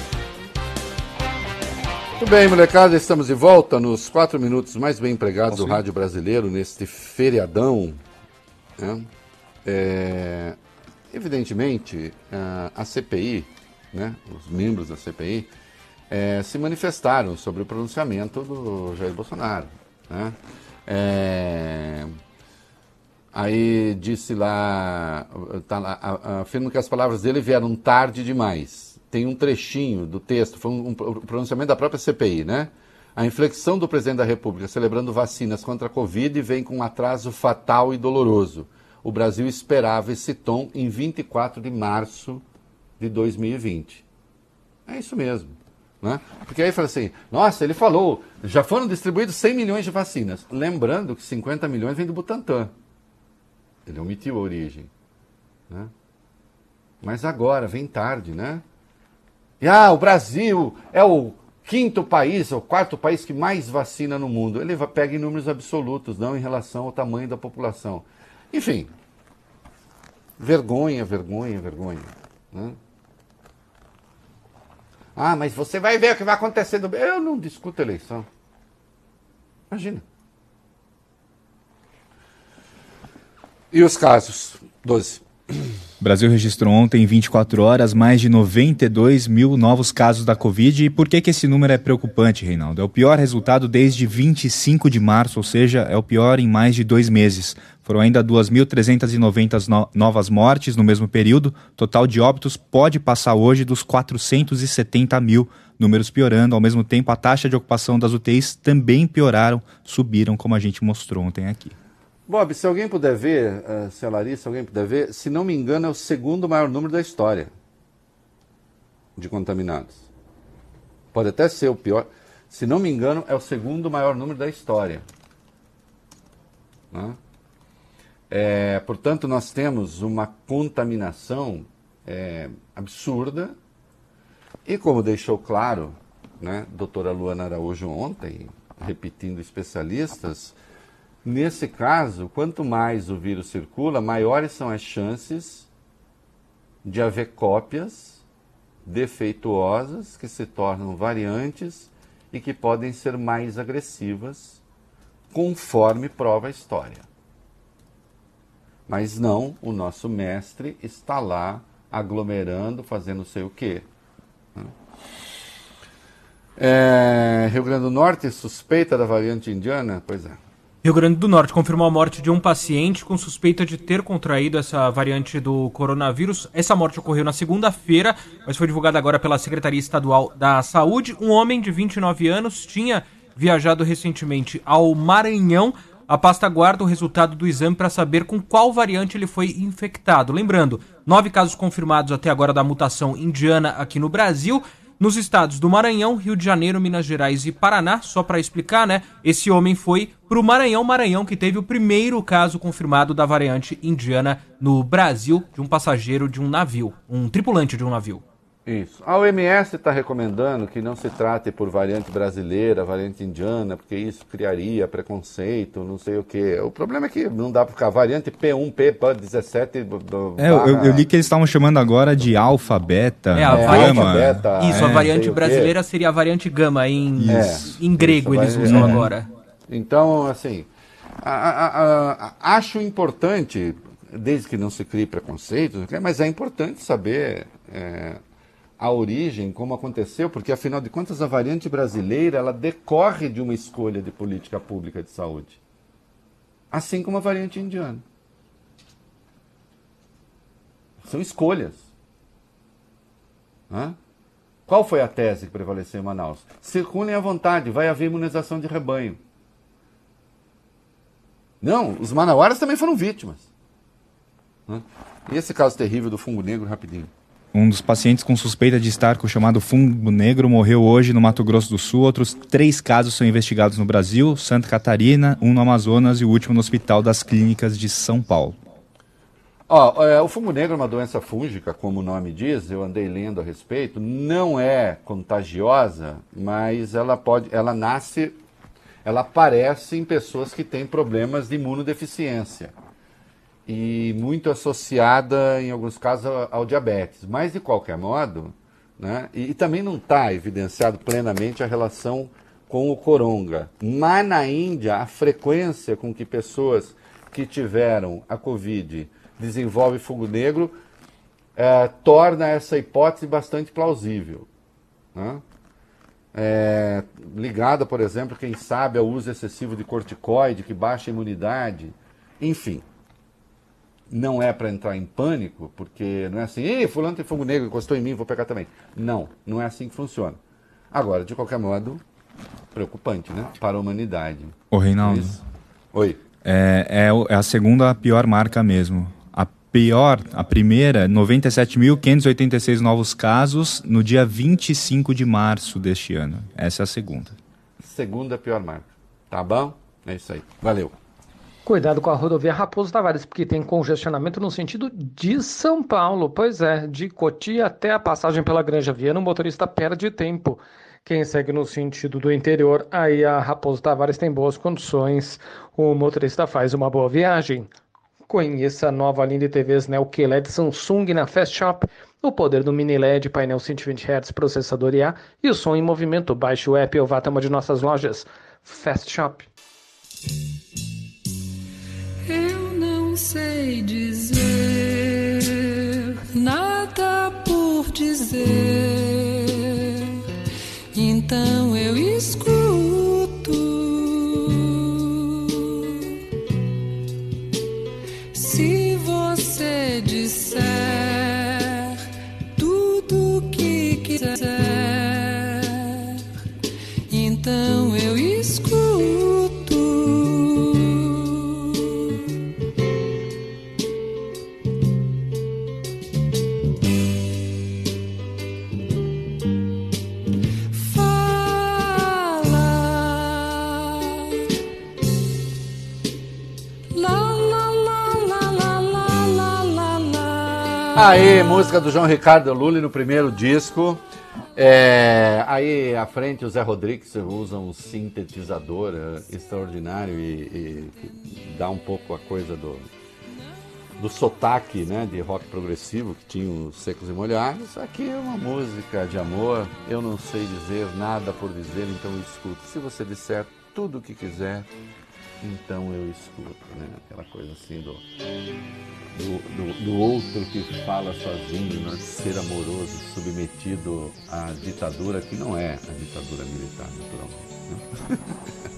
Muito bem, molecada, estamos de volta nos 4 minutos mais bem empregados do rádio brasileiro neste feriadão, né? Evidentemente, a CPI, né, os membros da CPI, se manifestaram sobre o pronunciamento do Jair Bolsonaro. Né? Aí disse lá, afirma que as palavras dele vieram tarde demais. Tem um trechinho do texto, foi um pronunciamento da própria CPI, né? A inflexão do presidente da República celebrando vacinas contra a Covid vem com um atraso fatal e doloroso. O Brasil esperava esse tom em 24 de março de 2020. É isso mesmo. Né? Porque aí fala assim, nossa, ele falou, já foram distribuídos 100 milhões de vacinas. Lembrando que 50 milhões vem do Butantan. Ele omitiu a origem. Né? Mas agora, vem tarde, né? E o Brasil é o 5º país, ou 4º país que mais vacina no mundo. Ele pega em números absolutos, não em relação ao tamanho da população. Enfim, vergonha. Né? Mas você vai ver o que vai acontecer. Eu não discuto eleição. Imagina. E os casos? 12. O Brasil registrou ontem, em 24 horas, mais de 92 mil novos casos da Covid. E por que esse número é preocupante, Reinaldo? É o pior resultado desde 25 de março, ou seja, é o pior em mais de 2 meses. Foram ainda 2.390 novas mortes no mesmo período. O total de óbitos pode passar hoje dos 470 mil, números piorando. Ao mesmo tempo, a taxa de ocupação das UTIs também subiram, como a gente mostrou ontem aqui. Bob, se alguém puder ver, se a Larissa, se alguém puder ver, se não me engano, é o segundo maior número da história de contaminados. Pode até ser o pior. Se não me engano, é o segundo maior número da história. Né? Portanto, nós temos uma contaminação absurda. E como deixou claro, né, a doutora Luana Araújo ontem, repetindo especialistas, nesse caso, quanto mais o vírus circula, maiores são as chances de haver cópias defeituosas que se tornam variantes e que podem ser mais agressivas, conforme prova a história. Mas não, o nosso mestre está lá aglomerando, fazendo não sei o quê. Rio Grande do Norte suspeita da variante indiana? Pois é. Rio Grande do Norte confirmou a morte de um paciente com suspeita de ter contraído essa variante do coronavírus. Essa morte ocorreu na segunda-feira, mas foi divulgada agora pela Secretaria Estadual da Saúde. Um homem de 29 anos tinha viajado recentemente ao Maranhão. A pasta aguarda o resultado do exame para saber com qual variante ele foi infectado. Lembrando, 9 casos confirmados até agora da mutação indiana aqui no Brasil. Nos estados do Maranhão, Rio de Janeiro, Minas Gerais e Paraná, só para explicar, né? Esse homem foi para o Maranhão que teve o primeiro caso confirmado da variante indiana no Brasil, de um passageiro de um navio, um tripulante de um navio. Isso. A OMS está recomendando que não se trate por variante brasileira, variante indiana, porque isso criaria preconceito, não sei o quê. O problema é que não dá para ficar variante P1, P17... Eu li que eles estavam chamando agora de alfa, beta, gama. Beta, isso, a variante brasileira seria a variante gama, em grego eles usam agora. Então, assim, acho importante, desde que não se crie preconceito, mas é importante saber... a origem, como aconteceu, porque afinal de contas a variante brasileira ela decorre de uma escolha de política pública de saúde, assim como a variante indiana. São escolhas. Qual foi a tese que prevaleceu em Manaus? Circulem à vontade, vai haver imunização de rebanho. Não, os manauaras também foram vítimas. E esse caso terrível do fungo negro, rapidinho. Um dos pacientes com suspeita de estar com o chamado fungo negro morreu hoje no Mato Grosso do Sul. Outros 3 casos são investigados no Brasil, Santa Catarina, um no Amazonas e o último no Hospital das Clínicas de São Paulo. O fungo negro é uma doença fúngica, como o nome diz, eu andei lendo a respeito. Não é contagiosa, mas ela aparece em pessoas que têm problemas de imunodeficiência. E muito associada, em alguns casos, ao diabetes. Mas, de qualquer modo, né, e também não está evidenciado plenamente a relação com o coronga. Mas, na Índia, a frequência com que pessoas que tiveram a Covid desenvolvem fungo negro torna essa hipótese bastante plausível. Né? Ligada, por exemplo, quem sabe, ao uso excessivo de corticoide, que baixa a imunidade, enfim. Não é para entrar em pânico, porque não é assim, ei, fulano tem fungo negro, encostou em mim, vou pegar também. Não é assim que funciona. Agora, de qualquer modo, preocupante, né? Para a humanidade. Ô, Reinaldo. Oi. É a segunda pior marca mesmo. A primeira, 97.586 novos casos no dia 25 de março deste ano. Essa é a segunda. Segunda pior marca. Tá bom? É isso aí. Valeu. Cuidado com a rodovia Raposo Tavares, porque tem congestionamento no sentido de São Paulo. Pois é, de Cotia até a passagem pela Granja Viana, o motorista perde tempo. Quem segue no sentido do interior, aí a Raposo Tavares tem boas condições. O motorista faz uma boa viagem. Conheça a nova linha de TVs Neo QLED Samsung na Fast Shop. O poder do mini LED, painel 120 Hz, processador IA e o som em movimento. Baixe o app ou vá até uma de nossas lojas. Fast Shop. Eu não sei dizer dizer, então eu escuto. Se você disser tudo que quiser, então eu escuto. Aí, música do João Ricardo Lully no primeiro disco. Aí à frente o Zé Rodrigues usa um sintetizador extraordinário e dá um pouco a coisa do sotaque, né, de rock progressivo que tinha os Secos e Molhados. Aqui é uma música de amor. Eu não sei dizer nada por dizer, então eu escuto. Se você disser tudo o que quiser, então eu escuto, né? Aquela coisa assim do outro que fala sozinho, né? Ser amoroso, submetido à ditadura, que não é a ditadura militar, naturalmente, né?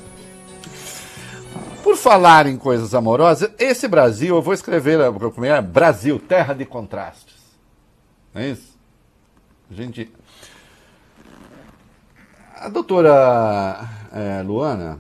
Por falar em coisas amorosas, esse Brasil, eu vou escrever, como é? Brasil, terra de contrastes. Não é isso? Gente, a doutora Luana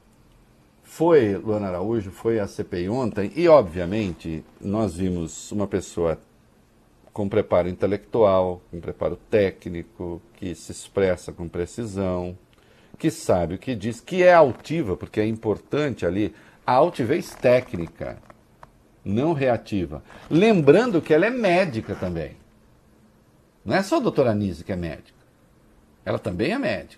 Araújo foi à CPI ontem e, obviamente, nós vimos uma pessoa com preparo intelectual, com preparo técnico, que se expressa com precisão, que sabe o que diz, que é altiva, porque é importante ali a altivez técnica, não reativa. Lembrando que ela é médica também. Não é só a doutora Anísio que é médica. Ela também é médica.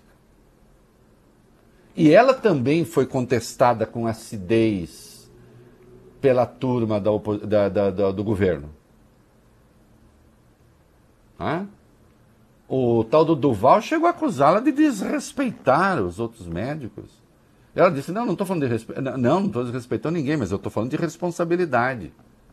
E ela também foi contestada com acidez pela turma do governo. O tal do Duval chegou a acusá-la de desrespeitar os outros médicos. Ela disse, não estou falando de respeito. Não estou desrespeitando ninguém, mas eu estou falando de responsabilidade.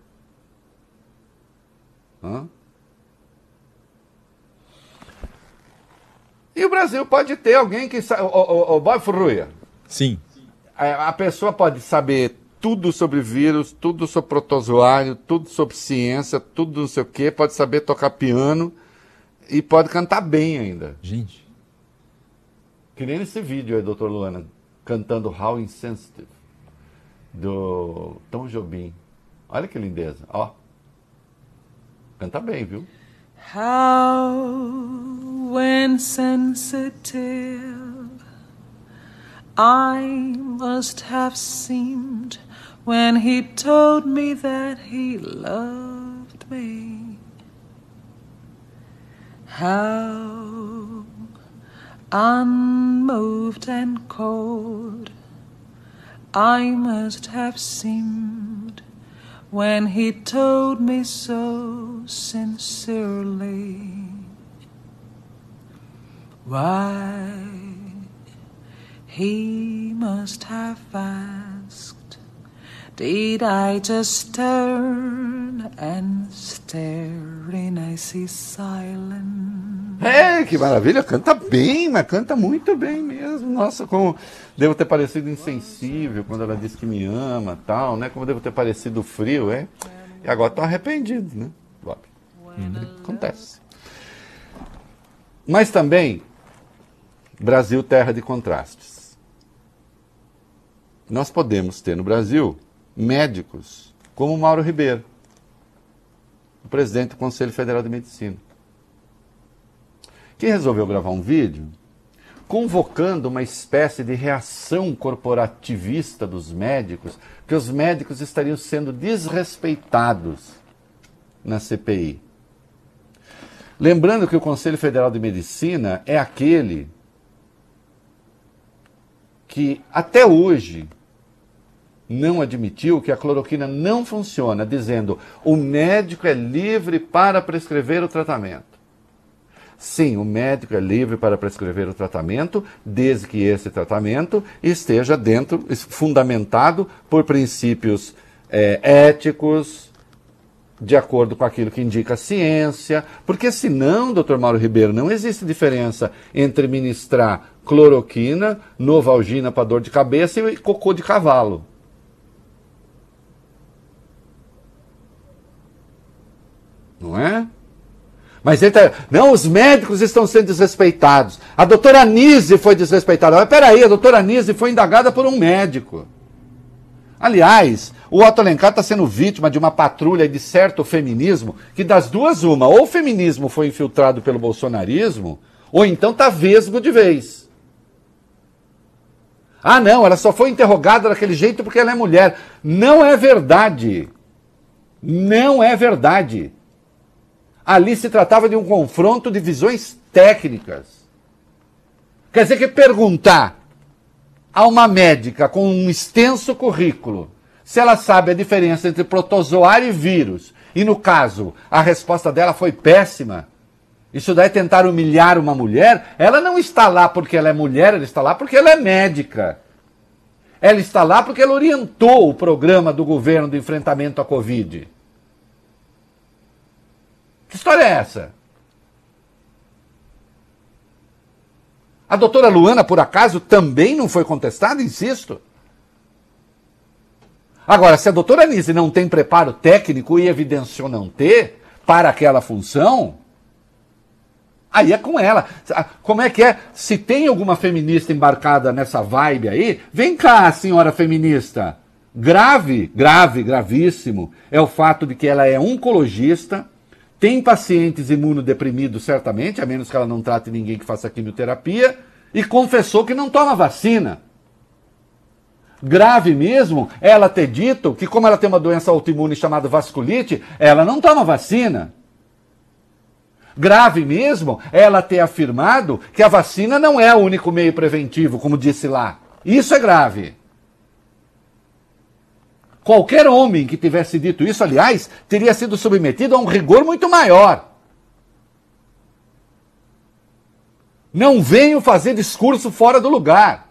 E o Brasil pode ter alguém que sabe. O Bob Furruia. Sim. A pessoa pode saber tudo sobre vírus, tudo sobre protozoário, tudo sobre ciência, tudo não sei o quê, pode saber tocar piano e pode cantar bem ainda. Gente. Que nem nesse vídeo aí, doutor Luana, cantando How Insensitive, do Tom Jobim. Olha que lindeza, ó. Canta bem, viu? How insensitive I must have seemed when he told me that he loved me. How unmoved and cold I must have seemed when he told me so sincerely. Why, he must have asked, did I just turn and stare in icy silence? Que maravilha, canta bem, mas canta muito bem mesmo. Nossa, como devo ter parecido insensível quando ela disse que me ama, tal, né? Como devo ter parecido frio, E agora estou arrependido, né, Bob? Acontece. Mas também, Brasil, terra de contrastes. Nós podemos ter no Brasil médicos como Mauro Ribeiro, o presidente do Conselho Federal de Medicina, que resolveu gravar um vídeo convocando uma espécie de reação corporativista dos médicos, que os médicos estariam sendo desrespeitados na CPI. Lembrando que o Conselho Federal de Medicina é aquele que até hoje não admitiu que a cloroquina não funciona, dizendo o médico é livre para prescrever o tratamento. Sim, o médico é livre para prescrever o tratamento, desde que esse tratamento esteja fundamentado por princípios éticos, de acordo com aquilo que indica a ciência, porque senão, doutor Mauro Ribeiro, não existe diferença entre ministrar cloroquina, Novalgina para dor de cabeça e cocô de cavalo. Não é? Mas ele tá... Não, os médicos estão sendo desrespeitados. A doutora Anise foi desrespeitada. Mas peraí, a doutora Anise foi indagada por um médico. Aliás, o Otto Alencar está sendo vítima de uma patrulha de certo feminismo, que das duas uma, ou o feminismo foi infiltrado pelo bolsonarismo, ou então está vesgo de vez. Ah não, ela só foi interrogada daquele jeito porque ela é mulher. Não é verdade. Não é verdade. Ali se tratava de um confronto de visões técnicas. Quer dizer que perguntar a uma médica com um extenso currículo se ela sabe a diferença entre protozoário e vírus, e no caso a resposta dela foi péssima, isso daí é tentar humilhar uma mulher. Ela não está lá porque ela é mulher, ela está lá porque ela é médica. Ela está lá porque ela orientou o programa do governo de enfrentamento à Covid. Que história é essa? A doutora Luana, por acaso, também não foi contestada, insisto. Agora, se a doutora Anise não tem preparo técnico e evidenciou não ter para aquela função, aí é com ela. Como é que é? Se tem alguma feminista embarcada nessa vibe aí, vem cá, senhora feminista. Gravíssimo, é o fato de que ela é oncologista, tem pacientes imunodeprimidos, certamente, a menos que ela não trate ninguém que faça quimioterapia, e confessou que não toma vacina. Grave mesmo ela ter dito que, como ela tem uma doença autoimune chamada vasculite, ela não toma vacina. Grave mesmo ela ter afirmado que a vacina não é o único meio preventivo, como disse lá. Isso é grave. Qualquer homem que tivesse dito isso, aliás, teria sido submetido a um rigor muito maior. Não venham fazer discurso fora do lugar.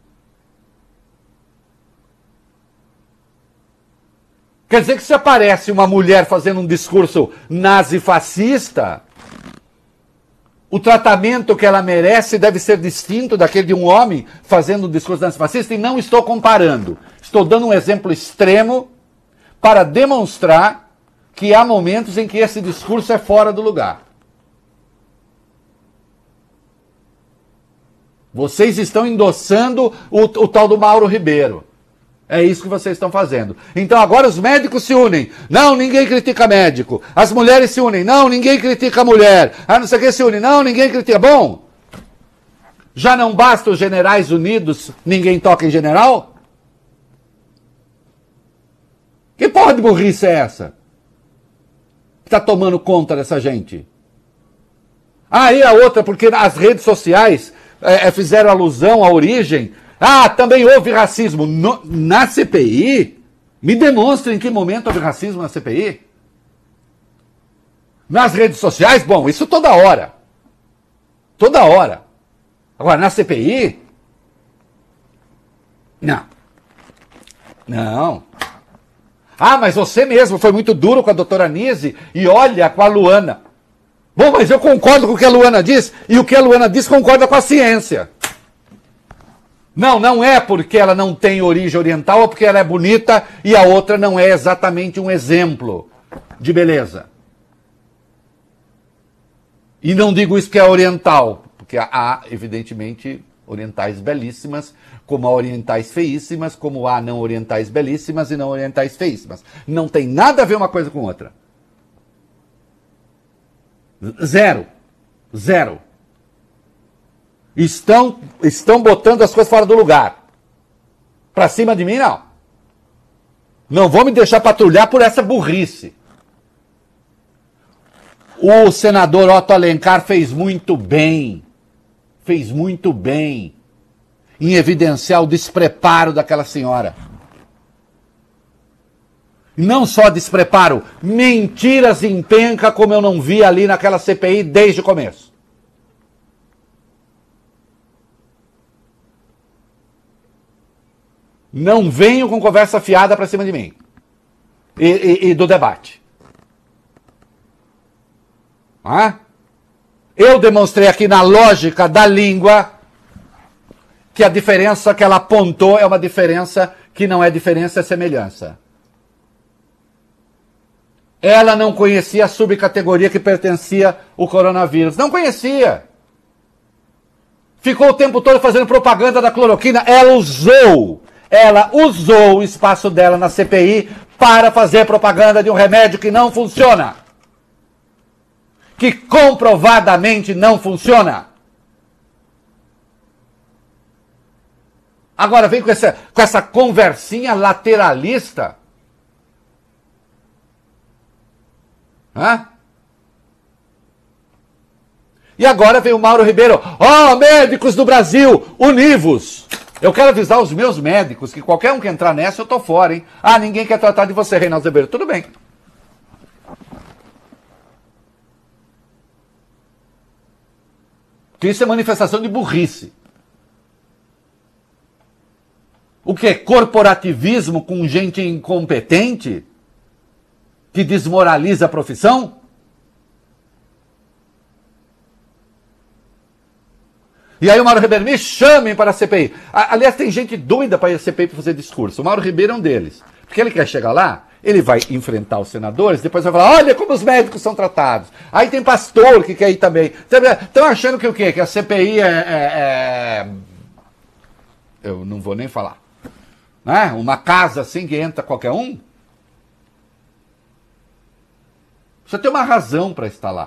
Quer dizer que se aparece uma mulher fazendo um discurso nazifascista, o tratamento que ela merece deve ser distinto daquele de um homem fazendo um discurso nazifascista, e não estou comparando. Estou dando um exemplo extremo para demonstrar que há momentos em que esse discurso é fora do lugar. Vocês estão endossando o tal do Mauro Ribeiro. É isso que vocês estão fazendo. Então agora os médicos se unem. Não, ninguém critica médico. As mulheres se unem. Não, ninguém critica a mulher. Ah, não sei o que se une. Não, ninguém critica. Bom, já não basta os generais unidos, ninguém toca em general? Que porra de burrice é essa? Que está tomando conta dessa gente? Ah, e a outra, porque as redes sociais fizeram alusão à origem. Ah, também houve racismo na CPI? Me demonstre em que momento houve racismo na CPI? Nas redes sociais? Bom, isso toda hora. Toda hora. Agora, na CPI? Não. Não. Ah, mas você mesmo foi muito duro com a doutora Anise e olha com a Luana. Bom, mas eu concordo com o que a Luana diz, e o que a Luana diz concorda com a ciência. Não, não é porque ela não tem origem oriental ou porque ela é bonita e a outra não é exatamente um exemplo de beleza. E não digo isso porque é oriental, porque há, evidentemente, orientais belíssimas, como há orientais feíssimas, como há não orientais belíssimas e não orientais feíssimas. Não tem nada a ver uma coisa com outra. Zero. Zero. Estão botando as coisas fora do lugar. Pra cima de mim, não. Não vou me deixar patrulhar por essa burrice. O senador Otto Alencar fez muito bem em evidenciar o despreparo daquela senhora. Não só despreparo, mentiras em penca como eu não vi ali naquela CPI desde o começo. Não venho com conversa fiada para cima de mim e do debate. Eu demonstrei aqui na lógica da língua que a diferença que ela apontou é uma diferença que não é diferença, é semelhança. Ela não conhecia a subcategoria que pertencia ao coronavírus. Não conhecia. Ficou o tempo todo fazendo propaganda da cloroquina. Ela usou o espaço dela na CPI para fazer propaganda de um remédio que não funciona. Que comprovadamente não funciona. Agora vem com essa conversinha lateralista. E agora vem o Mauro Ribeiro. Médicos do Brasil, univos. Eu quero avisar os meus médicos que qualquer um que entrar nessa eu tô fora, hein? Ninguém quer tratar de você, Reinaldo Ribeiro. Tudo bem. Que isso é manifestação de burrice. O que? Corporativismo com gente incompetente? Que desmoraliza a profissão? E aí o Mauro Ribeiro, me chamem para a CPI. Aliás, tem gente doida para ir à CPI para fazer discurso. O Mauro Ribeiro é um deles. Porque ele quer chegar lá, ele vai enfrentar os senadores, depois vai falar, olha como os médicos são tratados. Aí tem pastor que quer ir também. Estão achando que o quê? Que a CPI eu não vou nem falar. Né? Uma casa assim que entra qualquer um? Você tem uma razão para estar lá.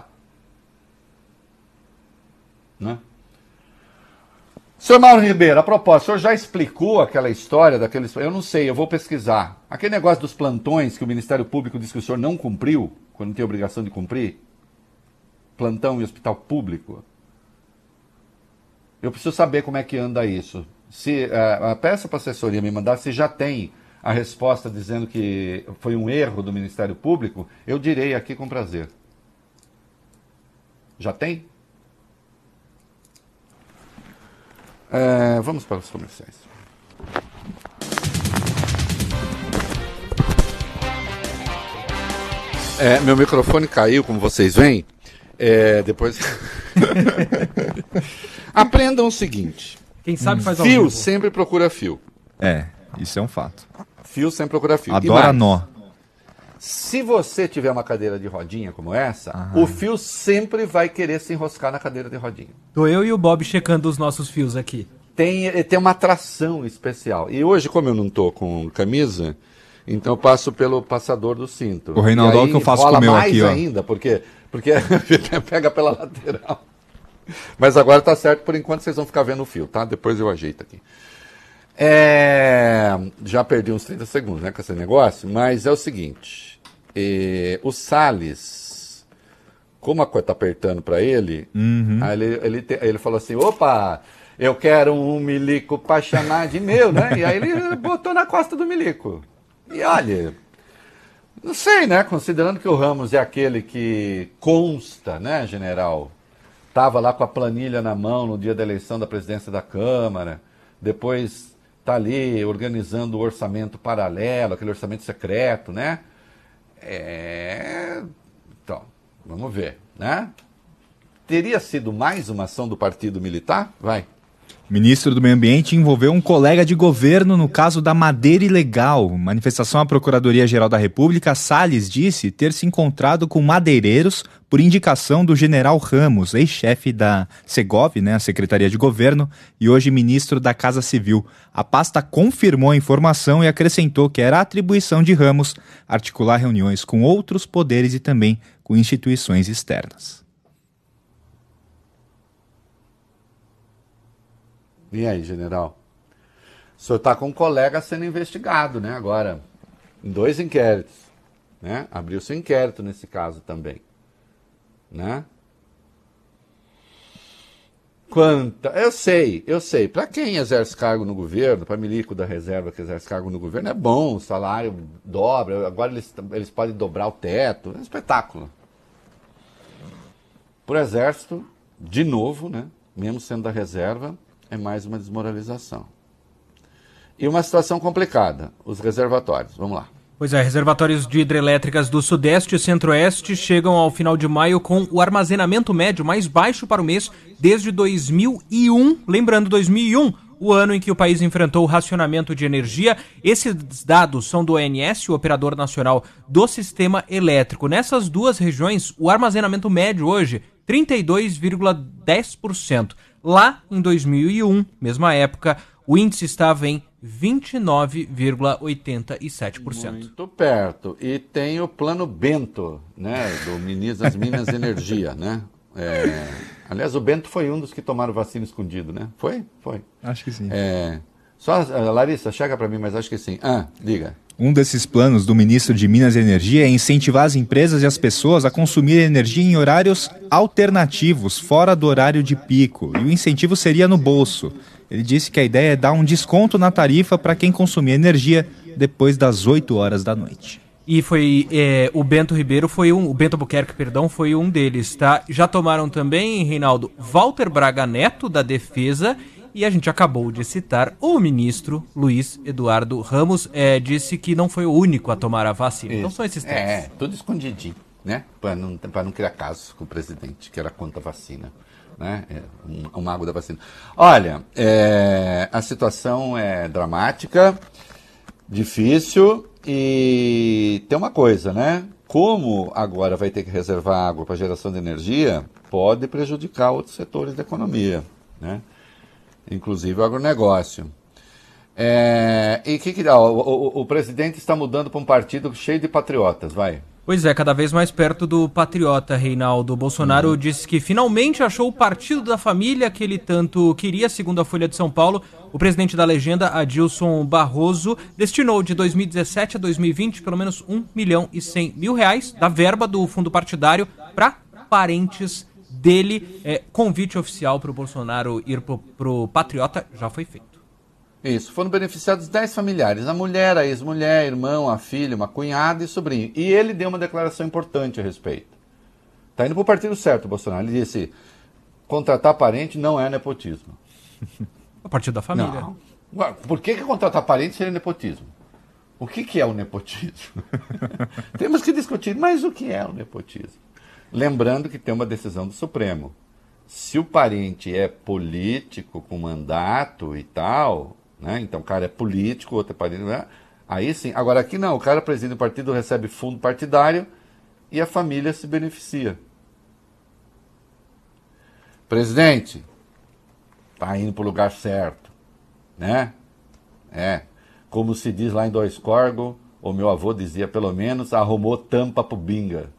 Né? Senhor Mauro Ribeiro, a propósito, o senhor já explicou aquela história daqueles... Eu não sei, eu vou pesquisar. Aquele negócio dos plantões que o Ministério Público disse que o senhor não cumpriu, quando tem obrigação de cumprir, plantão em hospital público. Eu preciso saber como é que anda isso. Se peça para a assessoria me mandar, se já tem a resposta dizendo que foi um erro do Ministério Público, eu direi aqui com prazer. Já tem? Vamos para os comerciais. Meu microfone caiu, como vocês veem. Depois. Aprendam o seguinte. Quem sabe faz ao fio vivo. sempre procura fio. Isso é um fato. Fio sempre procura fio. Adora nó. Se você tiver uma cadeira de rodinha como essa, o fio sempre vai querer se enroscar na cadeira de rodinha. Tô eu e o Bob checando os nossos fios aqui. Tem uma atração especial. E hoje, como eu não tô com camisa, então eu passo pelo passador do cinto. O Reinaldo, olha o que eu faço com o meu aqui, ó. ainda, porque pega pela lateral. Mas agora tá certo, por enquanto vocês vão ficar vendo o fio, tá? Depois eu ajeito aqui. Já perdi uns 30 segundos, né, com esse negócio, mas é o seguinte, o Salles, como a coisa tá apertando para ele, aí ele falou assim, opa, eu quero um milico para chamar de meu, né? E aí ele botou na costa do milico. E olha, não sei, né, considerando que o Ramos é aquele que consta, né, general, estava lá com a planilha na mão no dia da eleição da presidência da Câmara, depois está ali organizando o orçamento paralelo, aquele orçamento secreto, né? Então, vamos ver, né? Teria sido mais uma ação do Partido Militar? Vai. Ministro do Meio Ambiente envolveu um colega de governo no caso da madeira ilegal. Manifestação à Procuradoria-Geral da República, Salles disse ter se encontrado com madeireiros por indicação do general Ramos, ex-chefe da Segov, né, a Secretaria de Governo, e hoje ministro da Casa Civil. A pasta confirmou a informação e acrescentou que era atribuição de Ramos articular reuniões com outros poderes e também com instituições externas. E aí, general? O senhor está com um colega sendo investigado, né, agora, em 2 inquéritos, né? Abriu-se um inquérito nesse caso também, né? Eu sei, para quem exerce cargo no governo, para milico da reserva que exerce cargo no governo, é bom, o salário dobra, agora eles podem dobrar o teto, é um espetáculo. Por exército, de novo, né, mesmo sendo da reserva, é mais uma desmoralização. E uma situação complicada, os reservatórios. Vamos lá. Pois é, reservatórios de hidrelétricas do Sudeste e Centro-Oeste chegam ao final de maio com o armazenamento médio mais baixo para o mês desde 2001. Lembrando, 2001, o ano em que o país enfrentou o racionamento de energia. Esses dados são do ONS, o Operador Nacional do Sistema Elétrico. Nessas duas regiões, o armazenamento médio hoje, 32,10%. Lá, em 2001, mesma época, o índice estava em 29,87%. Muito perto. E tem o Plano Bento, né, do ministro das Minas e Energia, né? Aliás, o Bento foi um dos que tomaram vacina escondido, né? Foi? Foi. Acho que sim. Só, Larissa, chega para mim, mas acho que sim. Diga. Um desses planos do ministro de Minas e Energia é incentivar as empresas e as pessoas a consumir energia em horários alternativos, fora do horário de pico. E o incentivo seria no bolso. Ele disse que a ideia é dar um desconto na tarifa para quem consumir energia depois das 8 horas da noite. E foi o Bento Ribeiro o Bento Albuquerque, perdão, foi um deles, tá? Já tomaram também, Reinaldo, Walter Braga Neto, da Defesa, e a gente acabou de citar o ministro Luiz Eduardo Ramos, disse que não foi o único a tomar a vacina. Isso. Então são esses três. Tudo escondidinho, né? Para não criar casos com o presidente, que era contra a vacina. Né? Um mago da vacina. Olha, a situação é dramática, difícil, e tem uma coisa, né? Como agora vai ter que reservar água para geração de energia, pode prejudicar outros setores da economia, né? Inclusive o agronegócio. E que dá? O presidente está mudando para um partido cheio de patriotas, vai. Pois é, cada vez mais perto do patriota, Reinaldo. Bolsonaro disse que finalmente achou o partido da família que ele tanto queria, segundo a Folha de São Paulo. O presidente da legenda, Adilson Barroso, destinou de 2017 a 2020 pelo menos R$1.100.000 da verba do fundo partidário para parentes dele. Convite oficial para o Bolsonaro ir para o patriota já foi feito. Isso, foram beneficiados 10 familiares, a mulher, a ex-mulher, irmão, a filha, uma cunhada e sobrinho. E ele deu uma declaração importante a respeito. Está indo para o partido certo, o Bolsonaro. Ele disse, contratar parente não é nepotismo. O partido da família. Não. Por que contratar parente seria nepotismo? O que é o nepotismo? Temos que discutir, mas o que é o nepotismo? Lembrando que tem uma decisão do Supremo. Se o parente é político, com mandato e tal... Né? Então o cara é político, outro é parente, né? Aí sim. Agora aqui não, o cara preside o partido, recebe fundo partidário e a família se beneficia. Presidente, tá indo para o lugar certo, né? Como se diz lá em Dois Corgos, o meu avô dizia pelo menos, arrumou tampa pro binga.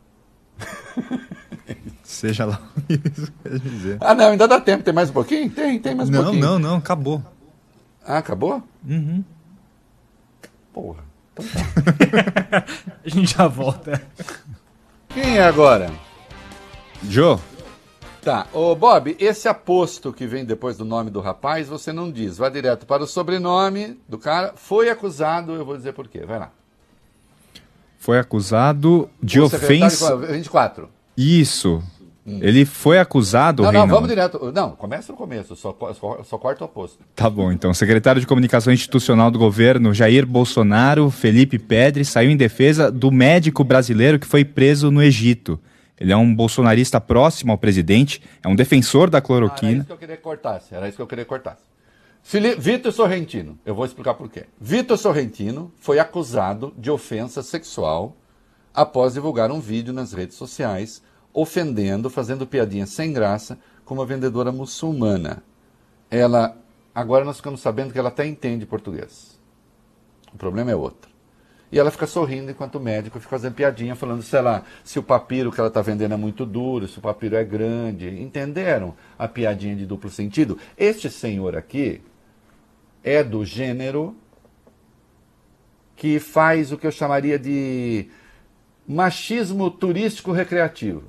Seja lá o que isso quer dizer. Não, ainda dá tempo, tem mais um pouquinho? Tem mais um pouquinho. Não, acabou. Acabou? Uhum. Porra, então tá. A gente já volta. Quem é agora? Jô. Tá, Bob, esse aposto que vem depois do nome do rapaz, você não diz, vai direto para o sobrenome do cara, foi acusado, eu vou dizer por quê, vai lá. Foi acusado de ofensa... 24. Isso. Ele foi acusado, Reinaldo... Não, vamos direto. Não, começa no começo, só corta o oposto. Tá bom, então. O secretário de Comunicação Institucional do governo, Jair Bolsonaro, Felipe Pedre, saiu em defesa do médico brasileiro que foi preso no Egito. Ele é um bolsonarista próximo ao presidente, é um defensor da cloroquina. Era isso que eu queria cortar. Vitor Sorrentino, eu vou explicar por quê. Vitor Sorrentino foi acusado de ofensa sexual após divulgar um vídeo nas redes sociais ofendendo, fazendo piadinha sem graça com uma vendedora muçulmana. Agora nós ficamos sabendo que ela até entende português. O problema é outro. E ela fica sorrindo enquanto o médico fica fazendo piadinha, falando, sei lá, se o papiro que ela está vendendo é muito duro, se o papiro é grande. Entenderam a piadinha de duplo sentido? Este senhor aqui é do gênero que faz o que eu chamaria de machismo turístico recreativo.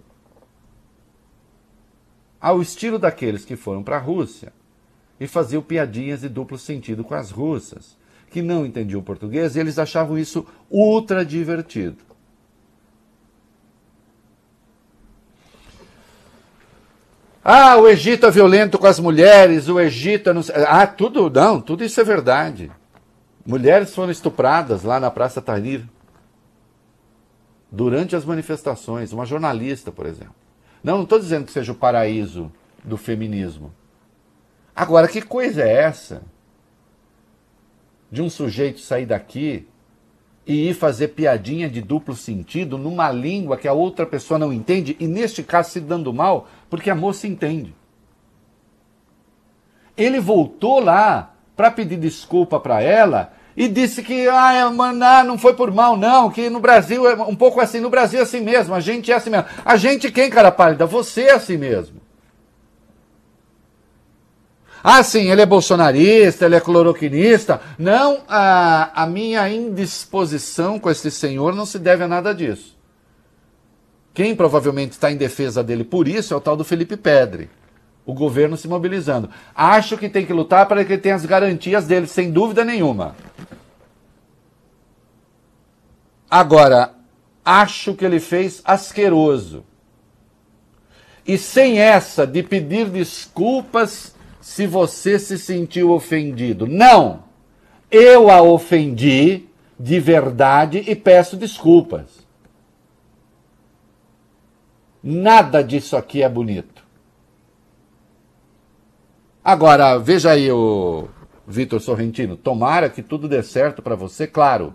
Ao estilo daqueles que foram para a Rússia e faziam piadinhas de duplo sentido com as russas, que não entendiam português, e eles achavam isso ultra divertido. O Egito é violento com as mulheres, o Egito é... tudo isso é verdade. Mulheres foram estupradas lá na Praça Tahrir durante as manifestações. Uma jornalista, por exemplo. Não estou dizendo que seja o paraíso do feminismo. Agora, que coisa é essa de um sujeito sair daqui e ir fazer piadinha de duplo sentido numa língua que a outra pessoa não entende, e neste caso se dando mal, porque a moça entende. Ele voltou lá para pedir desculpa para ela e disse que não foi por mal não, que no Brasil é um pouco assim, no Brasil é assim mesmo, a gente é assim mesmo. A gente quem, cara pálida? Você é assim mesmo. Ah, sim, ele é bolsonarista, ele é cloroquinista. Não, a minha indisposição com esse senhor não se deve a nada disso. Quem provavelmente está em defesa dele por isso é o tal do Felipe Pedre. O governo se mobilizando. Acho que tem que lutar para que ele tenha as garantias dele, sem dúvida nenhuma. Agora, acho que ele fez asqueroso. E sem essa de pedir desculpas se você se sentiu ofendido. Não! Eu a ofendi de verdade e peço desculpas. Nada disso aqui é bonito. Agora, veja aí o Vitor Sorrentino. Tomara que tudo dê certo para você, claro.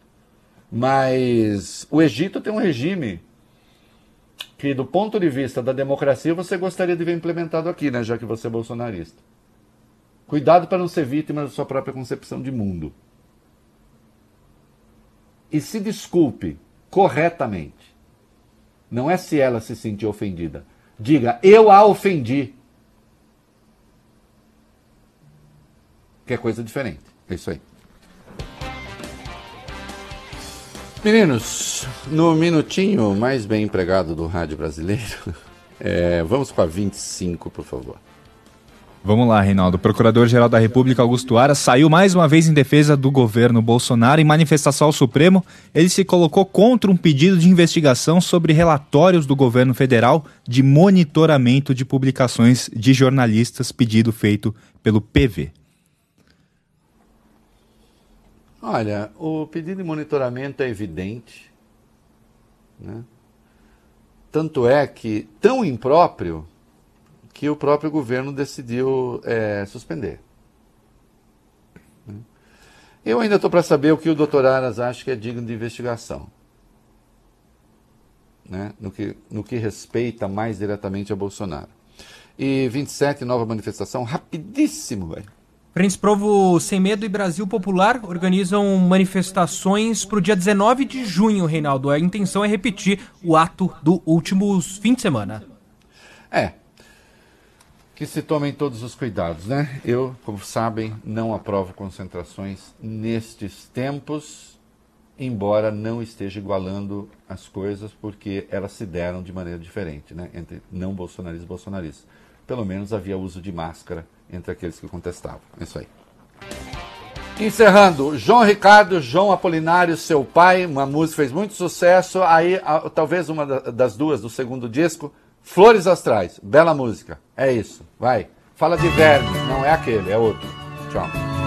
Mas o Egito tem um regime que, do ponto de vista da democracia, você gostaria de ver implementado aqui, né, já que você é bolsonarista. Cuidado para não ser vítima da sua própria concepção de mundo. E se desculpe corretamente. Não é se ela se sentiu ofendida. Diga, eu a ofendi. Que é coisa diferente. É isso aí. Meninos, no minutinho mais bem empregado do rádio brasileiro, vamos com a 25, por favor. Vamos lá, Reinaldo. O Procurador-Geral da República, Augusto Aras, saiu mais uma vez em defesa do governo Bolsonaro. Em manifestação ao Supremo, ele se colocou contra um pedido de investigação sobre relatórios do governo federal de monitoramento de publicações de jornalistas, pedido feito pelo PV. Olha, o pedido de monitoramento é evidente, né? Tanto é que, tão impróprio, que o próprio governo decidiu suspender. Eu ainda estou para saber o que o doutor Aras acha que é digno de investigação, né? No que respeita mais diretamente a Bolsonaro. E 27, nova manifestação, rapidíssimo, velho. Frentes Provo Sem Medo e Brasil Popular organizam manifestações para o dia 19 de junho, Reinaldo. A intenção é repetir o ato do último fim de semana. Que se tomem todos os cuidados, né? Eu, como sabem, não aprovo concentrações nestes tempos, embora não esteja igualando as coisas, porque elas se deram de maneira diferente, né? Entre não bolsonaristas e bolsonaristas. Pelo menos havia uso de máscara entre aqueles que contestavam. É isso aí. Encerrando, João Ricardo, João Apolinário, Seu Pai, uma música que fez muito sucesso, aí talvez uma das duas do segundo disco, Flores Astrais, bela música, é isso, vai. Fala de verme, não é aquele, é outro. Tchau.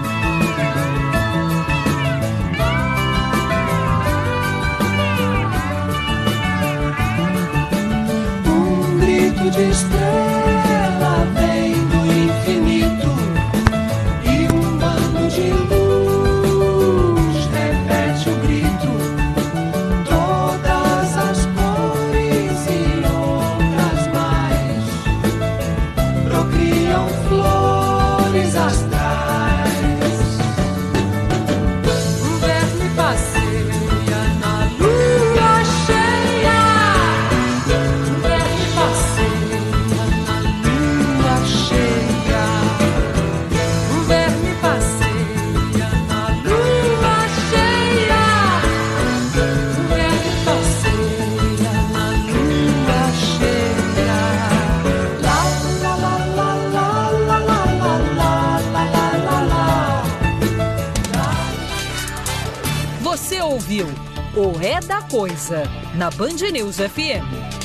Um grito de estrela vem do infinito e um bando de luz repete o grito. Todas as cores e outras mais procriam flores astrais. O verme passeia na lua cheia. O verme passeia na lua cheia. O verme passeia na lua cheia. O verme passeia na lua cheia. La la la la la la la la la la la. Você ouviu o É da Coisa na Band News FM.